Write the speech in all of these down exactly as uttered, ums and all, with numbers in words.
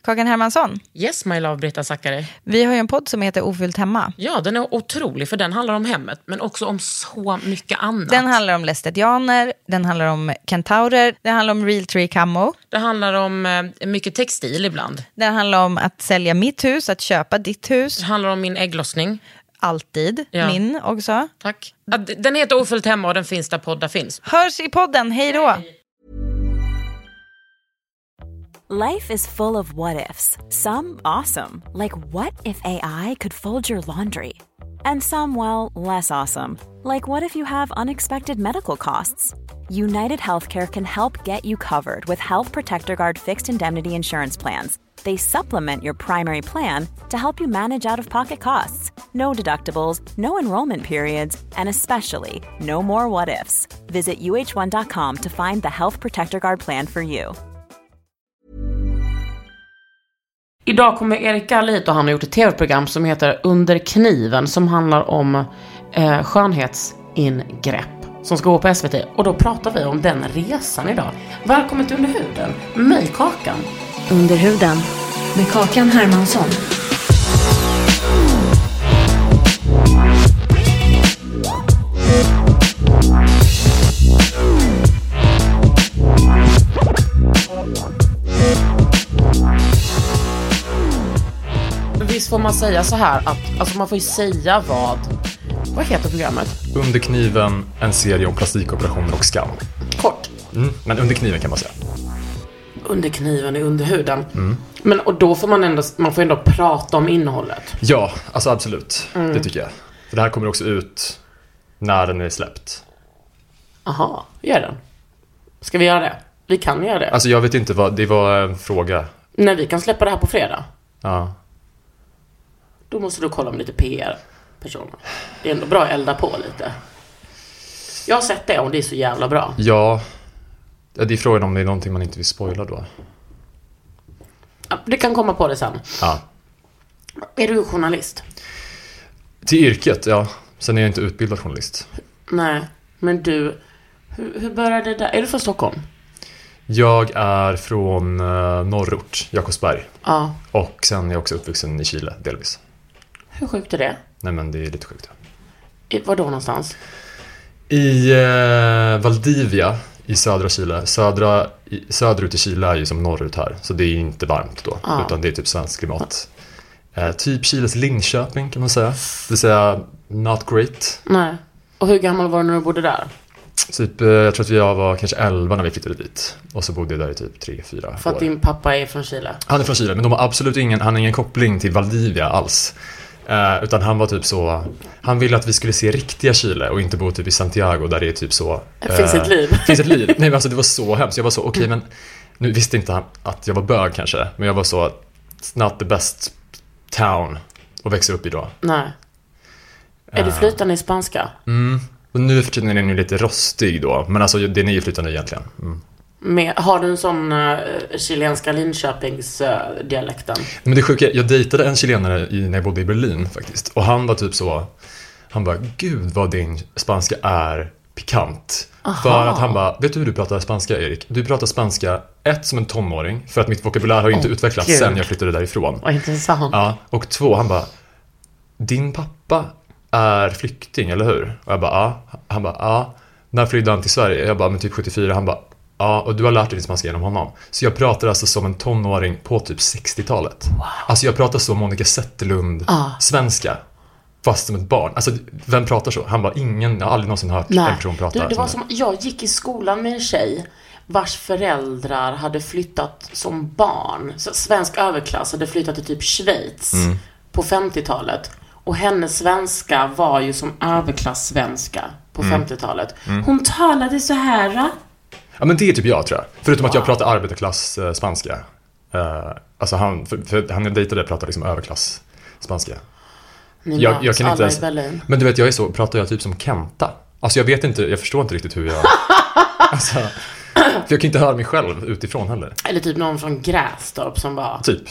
Kakan Hermansson. Yes, my love, Britta Zackari. Vi har ju en podd som heter Ofyllt hemma. Ja, den är otrolig för den handlar om hemmet, men också om så mycket annat. Den handlar om lästetianer, den handlar om kentaurer, den handlar om real tree camo. Det handlar om eh, mycket textil ibland. Den handlar om att sälja mitt hus, att köpa ditt hus. Det handlar om min ägglossning. Alltid, ja. Min också. Tack. Den heter Ofyllt hemma och den finns där poddar finns. Hörs i podden, hej då! Life is full of what-ifs. Some awesome, like what if A I could fold your laundry? And some, well, less awesome, like what if you have unexpected medical costs? United Healthcare can help get you covered with Health Protector Guard fixed indemnity insurance plans. They supplement your primary plan to help you manage out-of-pocket costs. No deductibles, no enrollment periods, and especially no more what-ifs. Visit U H one dot com to find the Health Protector Guard plan for you. Idag kommer Erik Galle hit och han har gjort ett tv-program som heter Under kniven som handlar om eh, skönhetsingrepp som ska gå på S V T. Och då pratar vi om den resan idag. Välkommen till Under huden med mig, Kakan. Under huden med Kakan Hermansson. Visst får man säga så här att alltså man får ju säga vad vad heter programmet? Under kniven, en serie om plastikoperationer och skam. Kort. Mm, men under kniven kan man säga. Under kniven är under huden. Mm. Men och då får man ändå man får ändå prata om innehållet. Ja, alltså absolut. Mm. Det tycker jag. För det här kommer också ut när den är släppt. Aha, gör den. Ska vi göra det? Vi kan göra det. Alltså jag vet inte vad det var en fråga. Nej, vi kan släppa det här på fredag. Ja. Då måste du kolla med lite P R-personer. Det är ändå bra att elda på lite. Jag har sett det om det är så jävla bra. Ja. Det är frågan om det är någonting man inte vill spoila då. Ja, det kan komma på det sen. Ja. Är du journalist? Till yrket, ja. Sen är jag inte utbildad journalist. Nej, men du... Hur, hur började det där? Är du från Stockholm? Jag är från uh, norrort, Jakobsberg. Ja. Och sen är jag också uppvuxen i Chile, delvis. Hur sjukt är det? Nej, men det är lite sjukt. I, var då någonstans? I uh, Valdivia i södra Chile. Södra, i, söderut i Chile är ju som norrut här. Så det är inte varmt då. Ja. Utan det är typ svensk klimat. Uh, typ Chiles Linköping kan man säga. Det vill säga not great. Nej. Och hur gammal var du när du bodde där? Typ, jag tror att jag var kanske elva när vi flyttade dit. Och så bodde jag där i typ tre, fyra år. För att din pappa är från Chile? Han är från Chile, men de har absolut ingen, han har ingen koppling till Valdivia alls. Uh, utan han var typ så, han ville att vi skulle se riktiga Chile och inte bo typ i Santiago där det är typ så. Uh, finns ett liv. Finns ett liv. Nej, men alltså det var så hemskt. Jag var så, okej, okay, men nu visste inte han att jag var bög kanske. Men jag var så, it's not the best town att växa upp i då. Nej. Är uh. du flytande i spanska? Mm. Och nu för tiden är den ju lite rostig då. Men alltså den är ju flytande egentligen. Mm. Med, har du en sån uh, chilenska Linköpings uh, dialekten? Men det sjuka, jag dejtade en chilenare i, när jag bodde i Berlin faktiskt. Och han var typ så, han bara, gud vad din spanska är pikant. Aha. För att han bara, vet du hur du pratar spanska, Erik? Du pratar spanska, ett, som en tonåring. För att mitt vokabulär har ju inte oh, utvecklats Gud. sen jag flyttade därifrån. Vad intressant. Ja, och två, han bara, din pappa är flykting, eller hur? Och jag bara, ja. Han bara, ja. När flydde han till Sverige? Jag bara, men typ sjuttiofyra. Han bara, ja, och du har lärt dig din spanska genom honom. Så jag pratar alltså som en tonåring på typ sextiotalet. Wow. Alltså jag pratar så Monica Zetterlund ah. svenska. Fast som ett barn. Alltså vem pratar så? Han bara, ingen, jag har aldrig någonsin hört Nej. en person prata. Du, det var som som, jag gick i skolan med en tjej vars föräldrar hade flyttat som barn. Så svensk överklass hade flyttat till typ Schweiz mm. på femtiotalet. Och hennes svenska var ju som överklass-svenska på mm. femtiotalet. Mm. Hon talade så här. Ja, men det är typ jag, tror jag. Förutom wow. att jag pratar arbetarklass-spanska. Uh, alltså han, för, för han jag dejtade pratar liksom överklass-spanska. Jag, jag kan inte ens, men du vet, jag är så, pratar jag typ som Kenta. Alltså jag vet inte, jag förstår inte riktigt hur jag... alltså, för jag kan inte höra mig själv utifrån heller. Eller typ någon från Grästorp som bara... Typ.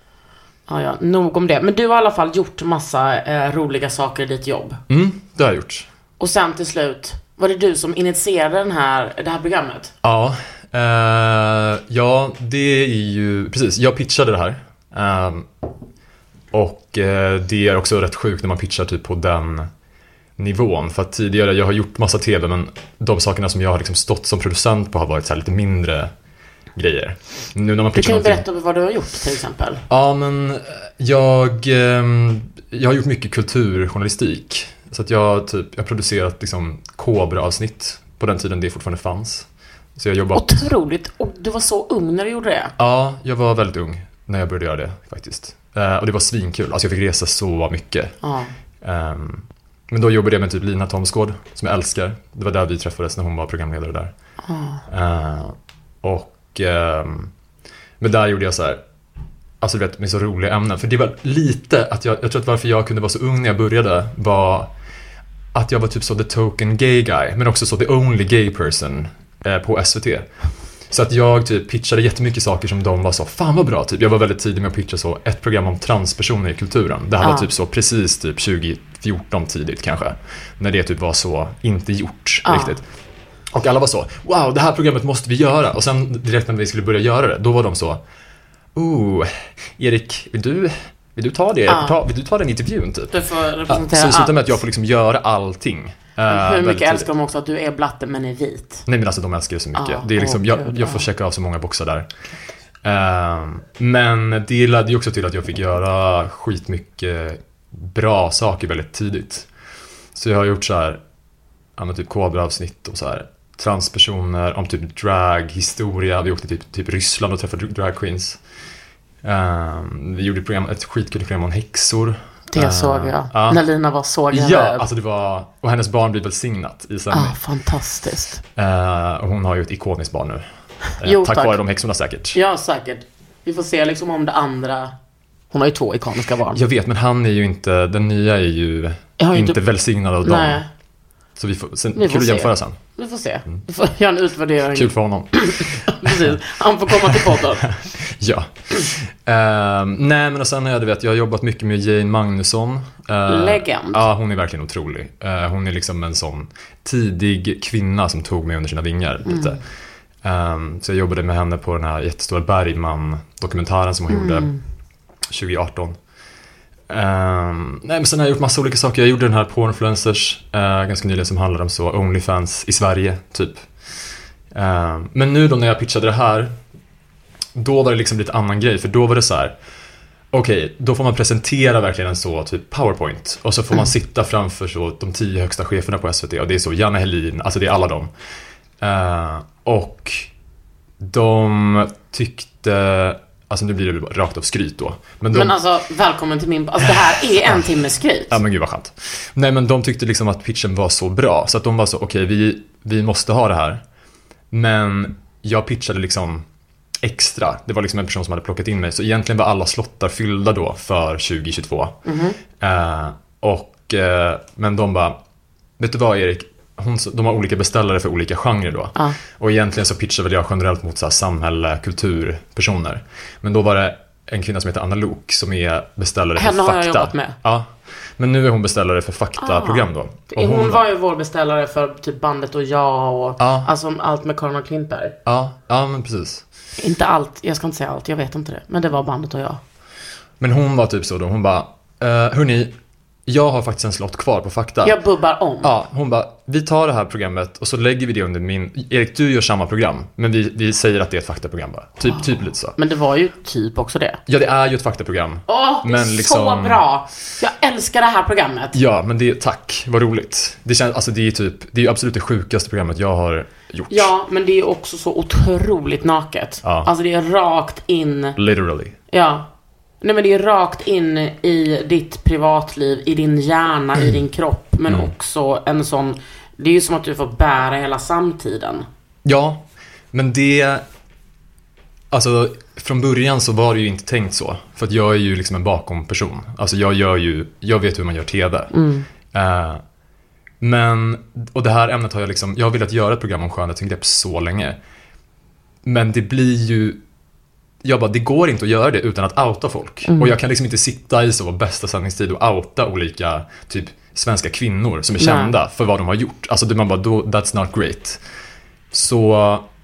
Ja, ja, nog om det. Men du har i alla fall gjort massa eh, roliga saker i ditt jobb. Mm, det har jag gjort. Och sen till slut, var det du som initierade den här, det här programmet? Ja, Uh, ja, det är ju... Precis, jag pitchade det här. Um, och uh, det är också rätt sjukt när man pitchar typ på den nivån. För att tidigare, jag har gjort massa tv, men de sakerna som jag har liksom stått som producent på har varit så här lite mindre grejer. Nu när man du kan ju berätta vad du har gjort till exempel. Ja, men jag, um, jag har gjort mycket kulturjournalistik. Så att jag, typ, jag har producerat liksom Kobra-avsnitt på den tiden det fortfarande fanns. Så jag jobbat... Otroligt. Och du var så ung när du gjorde det? Ja, jag var väldigt ung när jag började göra det faktiskt. Uh, och det var svinkul. Alltså jag fick resa så mycket. Ja. Um, men då jobbade jag med typ Lina Thomsgård, som jag älskar. Det var där vi träffades när hon var programledare där. Ja. Uh, och um, men där gjorde jag så här, alltså du vet, med så roliga ämnen. För det var lite att jag, jag tror att varför jag kunde vara så ung när jag började var att jag var typ så the token gay guy, men också så the only gay person eh, på S V T. Så att jag typ pitchade jättemycket saker som de var så, fan vad bra typ. Jag var väldigt tidig med att pitcha så ett program om transpersoner i kulturen. Det här ah. var typ så precis typ tjugo fjorton tidigt kanske. När det typ var så inte gjort ah. riktigt. Och alla var så, wow, det här programmet måste vi göra. Och sen direkt när vi skulle börja göra det, då var de så, oh, Erik, vill du, vill du ta det? Ah. Ta, vill du ta den intervjun typ? Du får representera ja, så det slutar med allt. att jag får liksom göra allting. Men hur mycket älskar de också att du är blatte men är vit? Nej, men alltså de älskar det så mycket. Ah, det är liksom, oh, jag, Gud, jag får checka av så många boxar där. Uh, men det ledde ju också till att jag fick göra skitmycket bra saker väldigt tidigt. Så jag har gjort så här, ja, men typ Kobra-avsnitt och så här transpersoner, om typ drag, historia. Vi åkte typ, typ Ryssland och träffade drag queens. Uh, vi gjorde program, ett skitkul program om häxor. Det såg jag. Uh, ja. När Lina var så gravid. Ja, alltså det var... Och hennes barn blir välsignat i sändning. Ah, fantastiskt. Uh, och hon har ju ett ikoniskt barn nu. Uh, jo, tack tack vare de häxorna säkert. Ja, säkert. Vi får se liksom om det andra... Hon har ju två ikoniska barn. Jag vet, men han är ju inte... Den nya är ju inte, inte välsignad av dem. Nej. Så vi får... Sen, vi får kul att jämföra sen. Vi får se. Vi får göra en utvärdering. Kul för honom. Precis. Han får komma till podden. Ja. Uh, nej, men sen har jag, du vet, jag har jobbat mycket med Jane Magnusson. Uh, Legend. Ja, hon är verkligen otrolig. Uh, hon är liksom en sån tidig kvinna som tog mig under sina vingar lite. Mm. Um, så jag jobbade med henne på den här jättestora Bergman-dokumentären som hon mm. gjorde tjugo arton. Um, nej, men sen har jag gjort massa olika saker. Jag gjorde den här Pornfluencers uh, ganska nyligen som handlar om så OnlyFans i Sverige typ. Um, men nu då när jag pitchade det här, då var det liksom lite annan grej. För då var det så här, okej, okay, då får man presentera verkligen en så typ PowerPoint. Och så får man sitta framför så de tio högsta cheferna på S V T. Och det är så Janne Helin, alltså det är alla dem. uh, Och de tyckte... Alltså nu blir det rakt av skryt då. Men, de... men alltså, välkommen till min... Alltså det här är en timme skryt. Ja, men gud vad skönt. Nej, men de tyckte liksom att pitchen var så bra. Så att de var så, okej, okay, vi, vi måste ha det här. Men jag pitchade liksom extra. Det var liksom en person som hade plockat in mig. Så egentligen var alla slottar fyllda då för tjugo tjugotvå. Mm-hmm. uh, Och... Uh, men de bara, vet du vad Erik? Hon, de har olika beställare för olika genrer då. Ah. Och egentligen så pitchade väl jag generellt mot så här samhälle, kulturpersoner. Men då var det en kvinna som heter Anna Lok som är beställare Henne för fakta. Henne har jag jobbat med. Ja. Men nu är hon beställare för faktaprogram ah. då. Och hon, hon var ju vår beställare för typ Bandet och jag och ah. alltså allt med Karin och Klintberg. Ja, ja men precis. Inte allt, jag ska inte säga allt, jag vet inte det. Men det var Bandet och jag. Men hon var typ så då, hon bara, uh, hörni, jag har faktiskt en slott kvar på fakta. Jag bubbar om. Ja, hon bara, vi tar det här programmet och så lägger vi det under min... Erik, du gör samma program, men vi, vi säger att det är ett faktaprogram bara. Typ, oh. typ lite så. Men det var ju typ också det. Ja, det är ju ett faktaprogram. Åh, oh, det är men liksom... så bra. Jag älskar det här programmet. Ja, men det är, tack, vad roligt. Det känns, alltså det är typ, det är absolut det sjukaste programmet jag har gjort. Ja, men det är också så otroligt naket. Ja. Alltså det är rakt in... Literally. Ja. Nej, men det är rakt in i ditt privatliv, i din hjärna, mm. i din kropp. Men mm. också en sån... Det är ju som att du får bära hela samtiden. Ja, men det... Alltså, från början så var det ju inte tänkt så. För att jag är ju liksom en bakom-person. Alltså, jag gör ju... Jag vet hur man gör tv. Mm. Uh, men... Och det här ämnet har jag liksom... Jag har velat göra ett program om skönhetsingrepp så länge. Men det blir ju... Jag bara, det går inte att göra det utan att outa folk. Mm. Och jag kan liksom inte sitta i så bästa sändningstid och outa olika typ svenska kvinnor som är kända Nej. för vad de har gjort. Alltså det man bara, då, that's not great. Så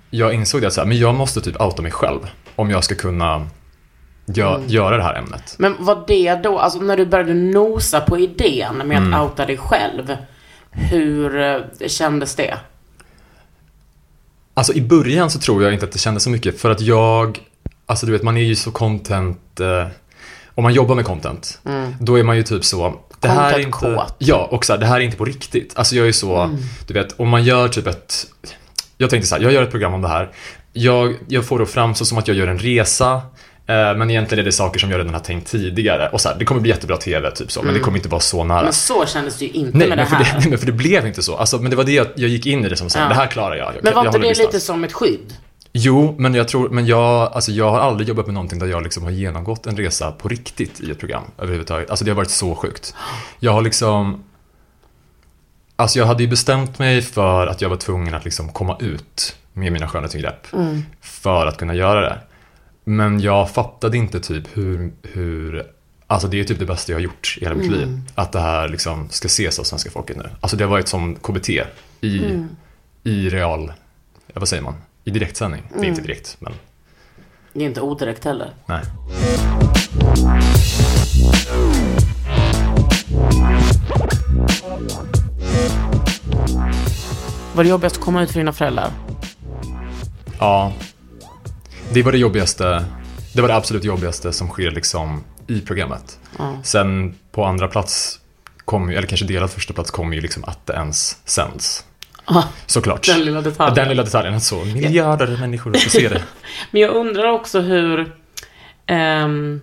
jag insåg det att så här, men jag måste typ outa mig själv om jag ska kunna gö- mm. göra det här ämnet. Men var det då, alltså när du började nosa på idén med mm. att outa dig själv, hur kändes det? Alltså i början så tror jag inte att det kändes så mycket, för att jag, alltså du vet, man är ju så content, eh, om man jobbar med content, mm. då är man ju typ så, det här är inte, ja, och så här, det här är inte på riktigt. Alltså jag är så, mm. du vet, om man gör typ ett, jag tänkte så här, jag gör ett program om det här, jag, jag får då fram så som att jag gör en resa, eh, men egentligen är det saker som jag redan har tänkt tidigare, och så här, det kommer bli jättebra tv typ så, mm. men det kommer inte vara så nära. Men så kändes det ju inte nej, med det men här. För det, nej, men för det blev inte så. Alltså, men det var det jag, jag gick in i det som så här, ja. Det här klarar jag. jag men var jag inte det lite som ett skydd? Jo, men jag tror, men jag, alltså jag har aldrig jobbat med någonting där jag liksom har genomgått en resa på riktigt i ett program överhuvudtaget. Alltså det har varit så sjukt. Jag har liksom, alltså jag hade ju bestämt mig för att jag var tvungen att liksom komma ut med mina skönhetsingrepp mm. för att kunna göra det. Men jag fattade inte typ hur, hur, alltså det är typ det bästa jag har gjort i hela mitt mm. liv. Att det här liksom ska ses av svenska folket nu. Alltså det har varit som K B T i, mm. i real, vad säger man? I direktsändning. Det är mm. inte direkt, men... Det är inte odirekt heller. Nej. Var det jobbigast att komma ut för dina föräldrar? Ja. Det var det jobbigaste. Det var det absolut jobbigaste som sker liksom i programmet. Mm. Sen på andra plats kom ju, eller kanske delad första plats kom ju liksom att det ens sänds. Ah, såklart. Den lilla detaljen. Den lilla detaljen, så miljarder ja. människor får se det. Men jag undrar också hur um,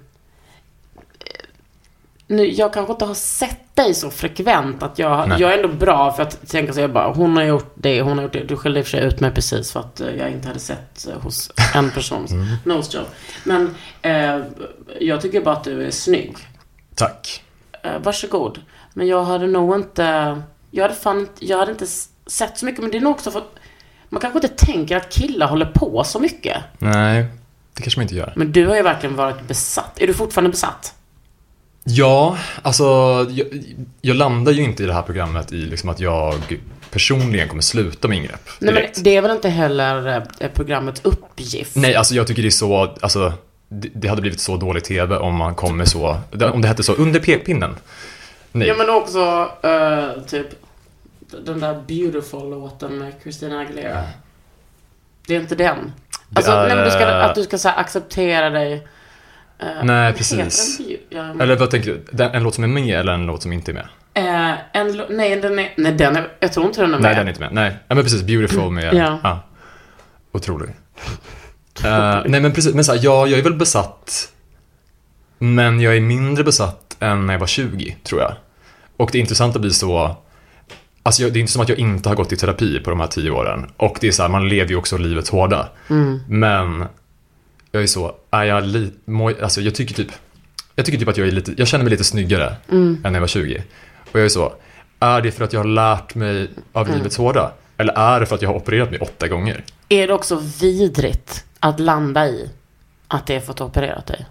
nu, jag kanske inte har sett dig så frekvent att jag, jag är ändå bra för att tänka så jag bara, hon har gjort det, hon har gjort det. Du skällde i och för sig ut mig precis för att jag inte hade sett hos en person mm. nose job. Men uh, jag tycker bara att du är snygg. Tack. Uh, varsågod. Men jag hade nog inte jag hade fan jag hade inte sett så mycket, men det är nog också för att man kanske inte tänker att killar håller på så mycket. Nej, det kanske man inte gör. Men du har ju verkligen varit besatt. Är du fortfarande besatt? Ja, alltså jag, jag landar ju inte i det här programmet i liksom att jag personligen kommer sluta med ingrepp. Nej, men det är väl inte heller programmets uppgift? Nej, alltså jag tycker det är så, alltså det, det hade blivit så dålig tv om man kommer så, om det hette så under pekpinnen. Nej. Ja, men också uh, typ den där Beautiful-låten med Christina Aguilera. Mm. Det är inte den. Alltså, är, nej, men du ska, att du ska så här, acceptera dig. Uh, nej, precis. Ja, eller vad tänker du? Den, en låt som är med eller en låt som inte är med? Uh, en, nej, den är, nej, den är, jag tror inte den är med. Nej, den är inte med. Nej, ja, men precis. Beautiful med... ja. Ja. Otrolig. uh, nej, men precis. Men så här, ja, jag är väl besatt. Men jag är mindre besatt än när jag var tjugo, tror jag. Och det är intressant att bli så... Alltså det är inte som att jag inte har gått i terapi på de här tio åren. Och det är så här, man lever ju också livets hårda. Mm. Men jag är så, är jag li, må, alltså jag tycker typ jag tycker typ att jag är lite, jag känner mig lite snyggare mm. än när jag var tjugo. Och jag är så, är det för att jag har lärt mig av mm. livets hårda? Eller är det för att jag har opererat mig åtta gånger? Är det också vidrigt att landa i att det är för att du har opererat dig?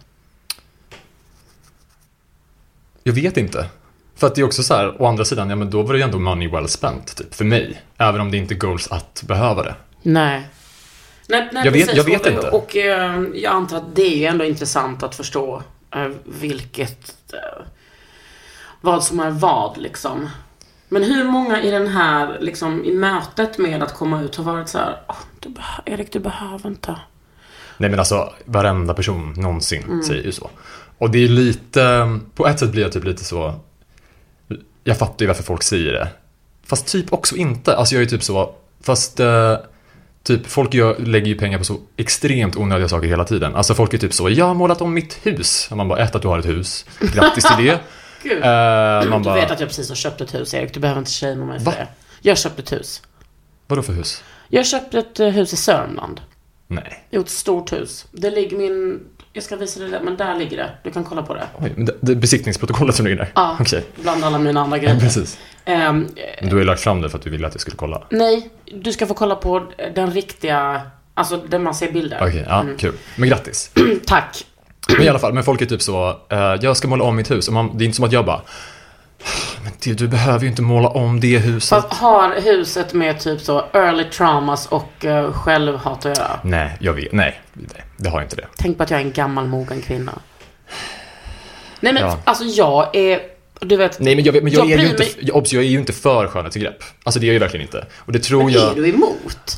Jag vet inte. För att det är också så här, å andra sidan, ja men då var det ju ändå money well spent typ, för mig. Även om det inte goals att behöva det. Nej. Nej, nej jag, precis. vet, jag vet och, inte. Och eh, jag antar att det är ju ändå intressant att förstå eh, vilket eh, vad som är vad liksom. Men hur många i den här liksom, i mötet med att komma ut har varit så här, oh, du beh- Erik, du behöver inte. Nej men alltså, varenda person någonsin mm. säger ju så. Och det är lite, på ett sätt blir jag typ lite så, jag fattar ju varför folk säger det. Fast typ också inte. Alltså jag är typ så, fast eh, typ folk gör, lägger ju pengar på så extremt onödiga saker hela tiden. Alltså folk är typ så, jag har målat om mitt hus. Och man bara, ett att du har ett hus. Grattis till det. Gud. Uh, man du bara, vet att jag precis har köpt ett hus, Erik. Du behöver inte shamea mig för Va? det. Jag har köpt ett hus. Vadå för hus? Jag har köpt ett hus i Sörmland. Nej. Det är ett stort hus. Det ligger min... Jag ska visa dig det, men där ligger det. Du kan kolla på det. Oj, men det, det är besiktningsprotokollet som ligger där? Ja, okay. Bland alla mina andra grejer. Ja, precis. Um, men du har ju lagt fram det för att du ville att jag skulle kolla. Nej, du ska få kolla på den riktiga... Alltså, där man ser bilder. Okej, okay, ja, mm. kul. Men grattis. Tack. Men i alla fall, men folk är typ så, uh, jag ska måla om mitt hus. Och man, det är inte som att jag bara, Men det, du behöver ju inte måla om det huset. Fast har huset med typ så early traumas och uh, självhat att göra? Nej, jag vet. Nej, nej, det har inte det. Tänk på att jag är en gammal mogen kvinna. Nej men, ja. alltså jag är... Du vet, nej men jag, vet, men jag, jag, är ju inte, mig... jag, jag är ju inte för skönhetsingrepp. Alltså det är jag ju verkligen inte. Och det tror men jag... är du emot?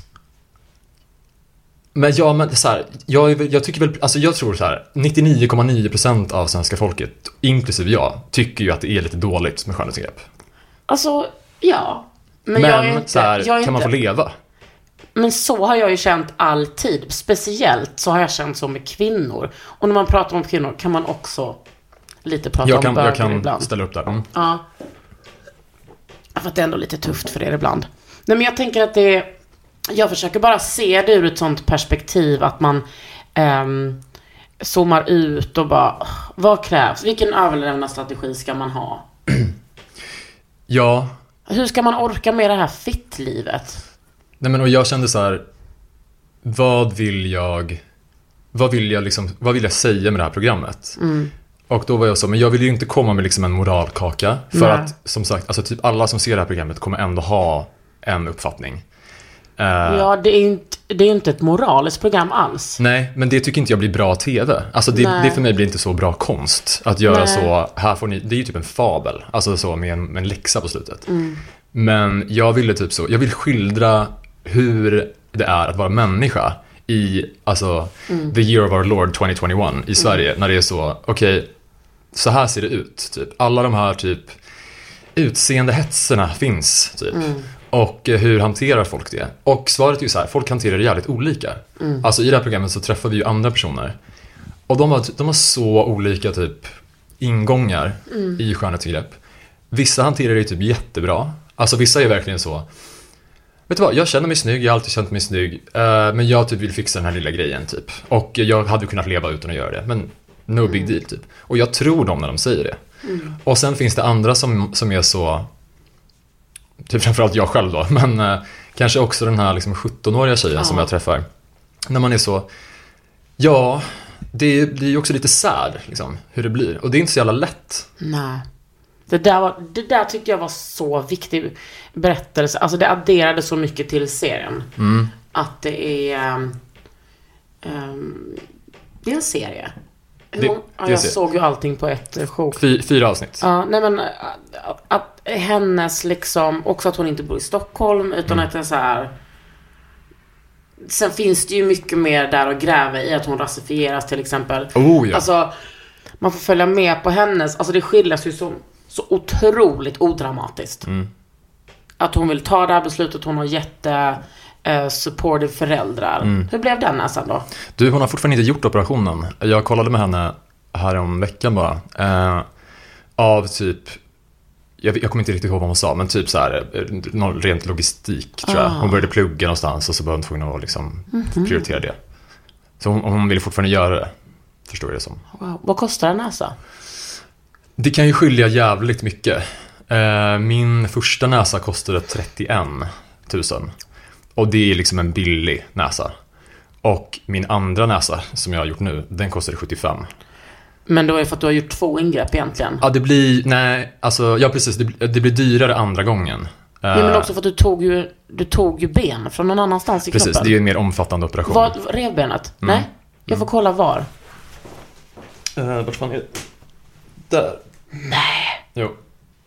Men ja, men så här, jag, jag tycker väl, alltså jag tror så här, nittionio komma nio procent av svenska folket, inklusive jag, tycker ju att det är lite dåligt med skönhetsingrepp. Alltså, ja. Men, men jag är inte, så här, jag är kan man inte, få leva? Men så har jag ju känt alltid. Speciellt så har jag känt så med kvinnor. Och när man pratar om kvinnor kan man också lite prata jag om kan, bögar jag kan ibland. ställa upp där. Mm. Ja. För att det är ändå lite tufft för er ibland. Nej, men jag tänker att det är... Jag försöker bara se det ur ett sånt perspektiv att man um, zoomar ut och bara, vad krävs? Vilken överlevnadsstrategi ska man ha? Ja. Hur ska man orka med det här fittlivet? Nej men och jag kände så här, vad vill jag vad vill jag liksom, vad vill jag säga med det här programmet? Mm. Och då var jag så, men jag vill ju inte komma med liksom en moralkaka för Nej. Att som sagt, alltså typ alla som ser det här programmet kommer ändå ha en uppfattning. Uh, ja, det är ju inte, det är inte ett moraliskt program alls. Nej, men det tycker inte jag blir bra tv. Alltså det, det för mig blir inte så bra konst att göra nej. Så, här får ni, det är ju typ en fabel, alltså så med en, med en läxa på slutet. Mm. Men jag ville typ så, jag vill skildra hur det är att vara människa i, alltså mm. the year of our Lord tjugo tjugoett i Sverige, mm. när det är så, okej, okay, så här ser det ut typ. Alla de här typ utseendehetserna finns typ. Mm. Och hur hanterar folk det? Och svaret är ju så här, folk hanterar det jävligt olika. Mm. Alltså i det här programmet så träffar vi ju andra personer. Och de har, de har så olika typ ingångar mm. i skönhetsingrepp. Vissa hanterar det typ jättebra. Alltså vissa är verkligen så, vet du vad, jag känner mig snygg, jag har alltid känt mig snygg. Uh, men jag typ vill fixa den här lilla grejen typ. Och jag hade kunnat leva utan att göra det. Men no mm. big deal typ. Och jag tror dem när de säger det. Mm. Och sen finns det andra som, som är så... Typ framförallt jag själv då. Men eh, kanske också den här liksom sjuttonåriga tjejen ja. Som jag träffar. När man är så... Ja, det blir ju också lite sad liksom, hur det blir. Och det är inte så jävla lätt. Nej. Det där, var, det där tyckte jag var så viktig berättelse. Alltså det adderade så mycket till serien. Mm. Att det är... Um, um, det är en serie. Det, ja, jag det såg ju allting på ett sjok. Fy, fyra avsnitt. Ja, nej men att, att hennes liksom, också att hon inte bor i Stockholm utan mm. att det är så här. Sen finns det ju mycket mer där att gräva i, att hon rasifieras till exempel. Oh, ja. Alltså man får följa med på hennes, alltså det skildras ju så, så otroligt odramatiskt. Mm. Att hon vill ta det här beslutet, hon har jätte Uh, supportive föräldrar. Mm. Hur blev den nästan då? Du, hon har fortfarande inte gjort operationen. Jag kollade med henne här om veckan bara. Uh, av typ, jag, jag kommer inte riktigt ihåg vad hon sa, men typ så här, någon rent logistik tror jag. Hon började plugga någonstans och så började hon tvungen att liksom mm-hmm. prioritera det. Så hon, hon vill fortfarande göra det. Förstår jag det som. Wow. Vad kostar en näsa? Det kan ju skilja jävligt mycket. Uh, min första näsa kostade trettioen tusen. Och det är liksom en billig näsa. Och min andra näsa som jag har gjort nu, den kostade sjuttiofem. Men då är det för att du har gjort två ingrepp egentligen? Ja, det blir, nej, alltså, ja precis, det, det blir dyrare andra gången. Ja, men också för att du tog ju, du tog ju ben från någon annanstans i precis, kroppen. Precis, det är ju en mer omfattande operation. Vad, revbenet? Mm. Nej, jag får kolla var. Uh, vart fan är det? Där. Nej. Jo.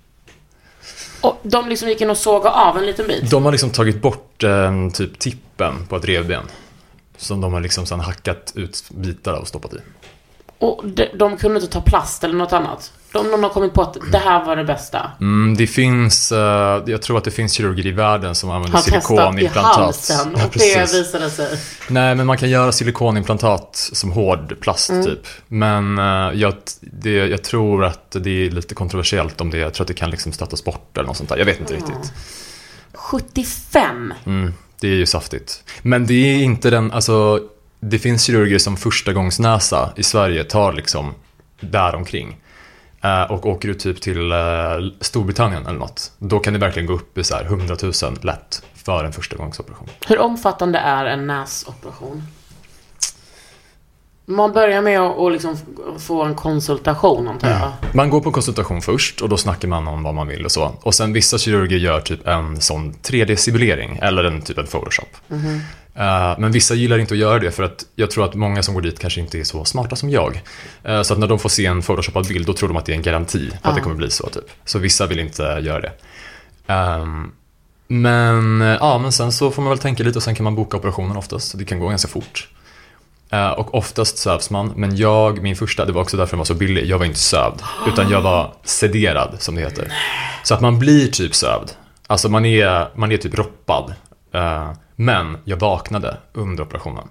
Och de liksom gick in och sågade av en liten bit. De har liksom tagit bort eh, typ tippen på ett revben. Som de har liksom sedan hackat ut bitar och stoppat i. Och de, de kunde inte ta plast eller något annat. De, de har kommit på att det här var det bästa. Mm, det finns, uh, jag tror att det finns kirurger i världen som använder silikonimplantat. Har testat i halsen och ja, det visade sig. Nej, men man kan göra silikonimplantat som hård plast mm. typ. Men uh, jag, det, jag tror att det är lite kontroversiellt om det. Jag tror att det kan liksom stötas bort eller något sånt där. Jag vet inte mm. riktigt. sjuttiofem Mm, det är ju saftigt. Men det är inte den, alltså det finns kirurger som första gångs näsa i Sverige tar liksom där omkring. Uh, och åker du typ till uh, Storbritannien eller något, då kan det verkligen gå upp i så här hundratusen lätt för en första gångsoperation. Hur omfattande är en näsoperation? Man börjar med att och liksom få en konsultation, antar jag. Mm. Man går på konsultation först och då snackar man om vad man vill och så. Och sen vissa kirurger gör typ en sån tre D-simulering eller en typ av Photoshop. Mm-hmm. Uh, men vissa gillar inte att göra det för att jag tror att många som går dit kanske inte är så smarta som jag. Uh, så att när de får se en Photoshopad bild då tror de att det är en garanti på ah. att det kommer bli så typ. Så vissa vill inte göra det. Um, men ja, men sen så får man väl tänka lite och sen kan man boka operationen oftast. Så det kan gå ganska fort. Uh, och oftast sövs man. Men jag, min första, det var också därför den var så billig. Jag var inte sövd, utan jag var sederad som det heter. Så att man blir typ sövd. Alltså man är, man är typ roppad. Uh, men jag vaknade under operationen.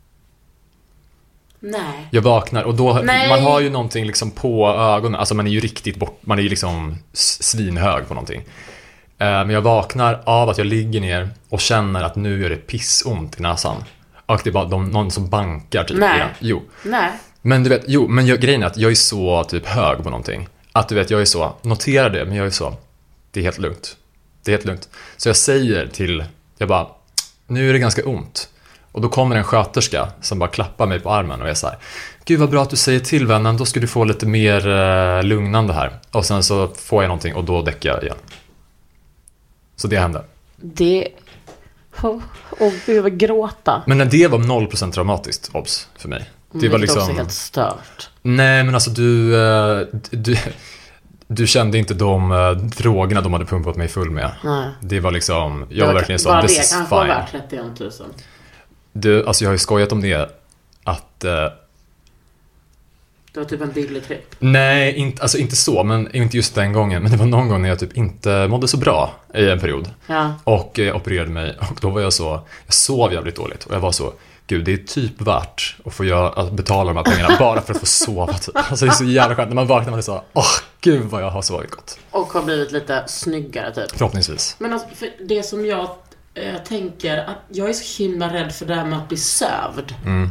Nej. Jag vaknar och då, Nej. man har ju någonting liksom på ögonen. Alltså man är ju riktigt bort, man är ju liksom svinhög på någonting. uh, Men jag vaknar av att jag ligger ner och känner att nu gör det pissont i näsan. Och det är bara de, någon som bankar typ. Nej. Igen. Jo. Nej. Men du vet, jo, men jag, grejen är att jag är så typ hög på någonting. Att du vet, jag är så, notera det, men jag är så, det är helt lugnt. Det är helt lugnt. Så jag säger till, jag bara, nu är det ganska ont. Och då kommer en sköterska som bara klappar mig på armen och är så här, gud vad bra att du säger till vännen, då ska du få lite mer uh, lugnande här. Och sen så får jag någonting och då däckar jag igen. Så det hände. Det... Oh, och behöver gråta. Men när det var noll procent traumatiskt, obs, för mig. Det mm, var liksom... också helt stört. Nej, men alltså du... Du, du kände inte de drogerna de hade pumpat mig full med. Nej. Det var liksom... Jag det var verkligen så, this is fine. Bara det, trettioen tusen. Du, alltså jag har ju skojat om det. Att... Det var typ en billig tripp. Nej, inte, alltså inte så, men inte just den gången. Men det var någon gång när jag typ inte mådde så bra i en period. Ja. Och eh, opererade mig. Och då var jag så, jag sov jävligt dåligt. Och jag var så, gud det är typ värt att få göra, att betala de här pengarna bara för att få sova. Typ. Alltså det är så jävla skönt. När man vaknar man är så, åh gud vad jag har sovit gott. Och har blivit lite snyggare typ. Förhoppningsvis. Men alltså, för det som jag eh, tänker, att jag är så himla rädd för det här med att bli sövd. Mm.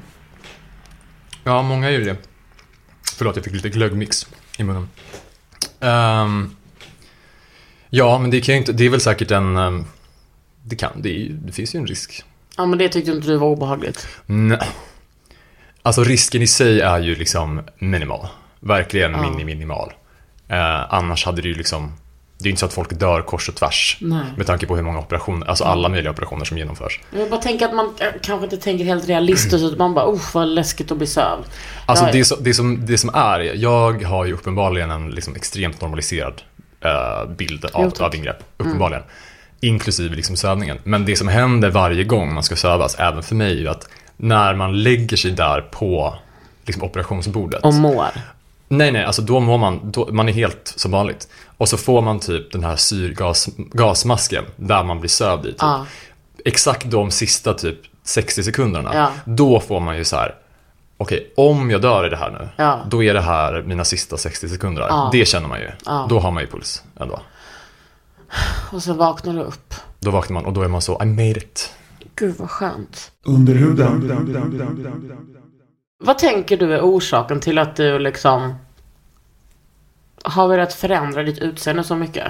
Ja, många är ju det. Förlåt, jag fick lite glöggmix i munnen. Um, ja, men det kan ju inte, det är väl säkert en, um, det kan, det, är, det finns ju en risk. Ja, men det tyckte inte du var obehagligt. Nej. Alltså risken i sig är ju liksom minimal. Verkligen ja. mini, minimal. Uh, annars hade det ju liksom, det är inte så att folk dör kors och tvärs. Nej. Med tanke på hur många operationer, alltså alla möjliga operationer som genomförs. Jag bara tänker att man kanske inte tänker helt realistiskt, utan man bara, oh vad läskigt att bli sövd. Alltså det, så, det, som, det som är, jag har ju uppenbarligen en liksom extremt normaliserad uh, bild av, av ingrepp, uppenbarligen. Mm. Inklusive liksom sövningen. Men det som händer varje gång man ska sövas, även för mig, är att när man lägger sig där på liksom operationsbordet. Och mår. Nej, nej, alltså då mår man, då, man är helt som vanligt. Och så får man typ den här syrgasmasken där man blir sövd i typ. Ah. Exakt de sista typ sextio sekunderna. Ja. Då får man ju så här, okej, okay, om jag dör i det här nu, ja. då är det här mina sista sextio sekunder. Ah. Det känner man ju. Ah. Då har man ju puls ändå. Och så vaknar du upp. Då vaknar man och då är man så, I made it. Gud vad skönt. Under huden. Vad tänker du är orsaken till att du liksom har velat förändra ditt utseende så mycket?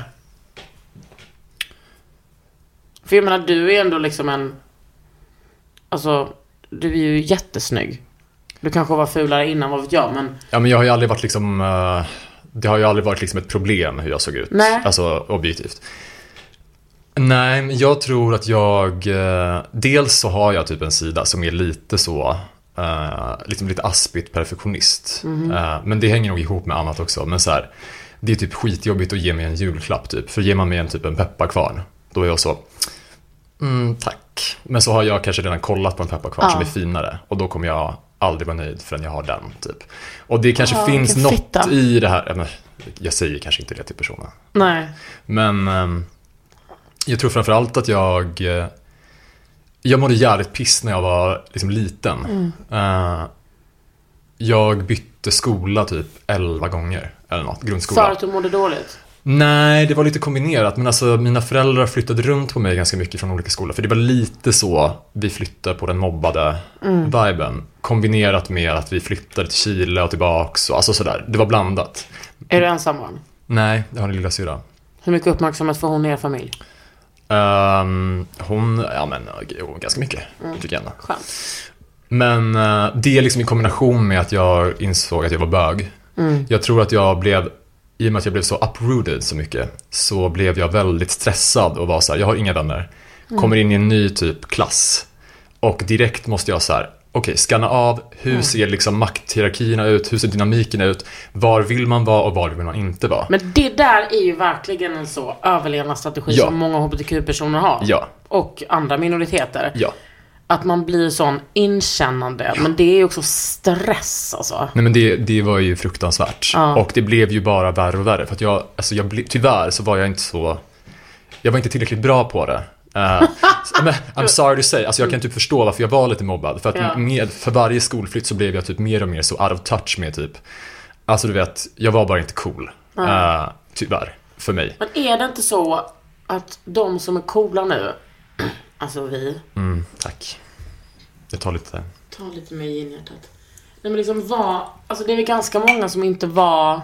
För jag menar, du är ändå liksom en, alltså, du är ju jättesnygg. Du kanske var fulare innan, vad vet jag, men... Ja, men jag har ju aldrig varit liksom, uh, det har ju aldrig varit liksom ett problem hur jag såg ut. Nej. Alltså, objektivt. Nej, men jag tror att jag, uh, dels så har jag typ en sida som är lite så... Uh, liksom lite aspigt perfektionist. Mm. uh, Men det hänger nog ihop med annat också. Men så här, det är typ skitjobbigt att ge mig en julklapp typ. För ger man mig en typ en pepparkvarn, då är jag så mm, tack. Men så har jag kanske redan kollat på en pepparkvarn ja. som är finare. Och då kommer jag aldrig vara nöjd förrän jag har den typ. Och det kanske ja, finns något fitta. i det här. Men jag säger kanske inte det till personen. Nej. Men um, jag tror framförallt att jag Jag mådde jävligt piss när jag var liksom liten. Mm. Uh, jag bytte skola typ elva gånger eller något, grundskola. För att du mådde dåligt? Nej, det var lite kombinerat. Men alltså mina föräldrar flyttade runt på mig ganska mycket från olika skolor. För det var lite så, vi flyttade på den mobbade mm. viben. Kombinerat med att vi flyttade till Chile och tillbaks. Och, alltså sådär, det var blandat. Är du ensam barn? Nej, jag har en lilla syra. Hur mycket uppmärksamhet får hon i er familj? Um, hon, ja men, ganska mycket, mm. tycker jag ändå. Skönt. Men uh, det är liksom i kombination med att jag insåg att jag var bög. Mm. Jag tror att jag blev, i och med att jag blev så uprooted så mycket, så blev jag väldigt stressad och var så här, jag har inga vänner. Mm. Kommer in i en ny typ klass. Och direkt måste jag så här, okej, okay, scanna av, hur mm. ser liksom makthierarkierna ut, hur ser dynamiken ut, var vill man vara och var vill man inte vara. Men det där är ju verkligen en så överlevnadsstrategi ja. som många H B T Q-personer har. Ja. Och andra minoriteter. Ja. Att man blir sån inkännande. Ja. Men det är ju också stress alltså. Nej men det, det var ju fruktansvärt. Ja. Och det blev ju bara värre och värre. För att jag, alltså jag ble, tyvärr så var jag inte så, jag var inte tillräckligt bra på det. Uh, I'm sorry to say, alltså jag kan typ förstå varför jag var lite mobbad. För att ja. med, för varje skolflytt så blev jag typ mer och mer så out of touch med typ, alltså du vet, jag var bara inte cool. uh, Tyvärr, för mig. Men är det inte så att de som är coola nu, alltså vi mm, tack. Jag tar lite Ta lite mer i hjärtat. Nej men liksom var, alltså det är väl ganska många som inte var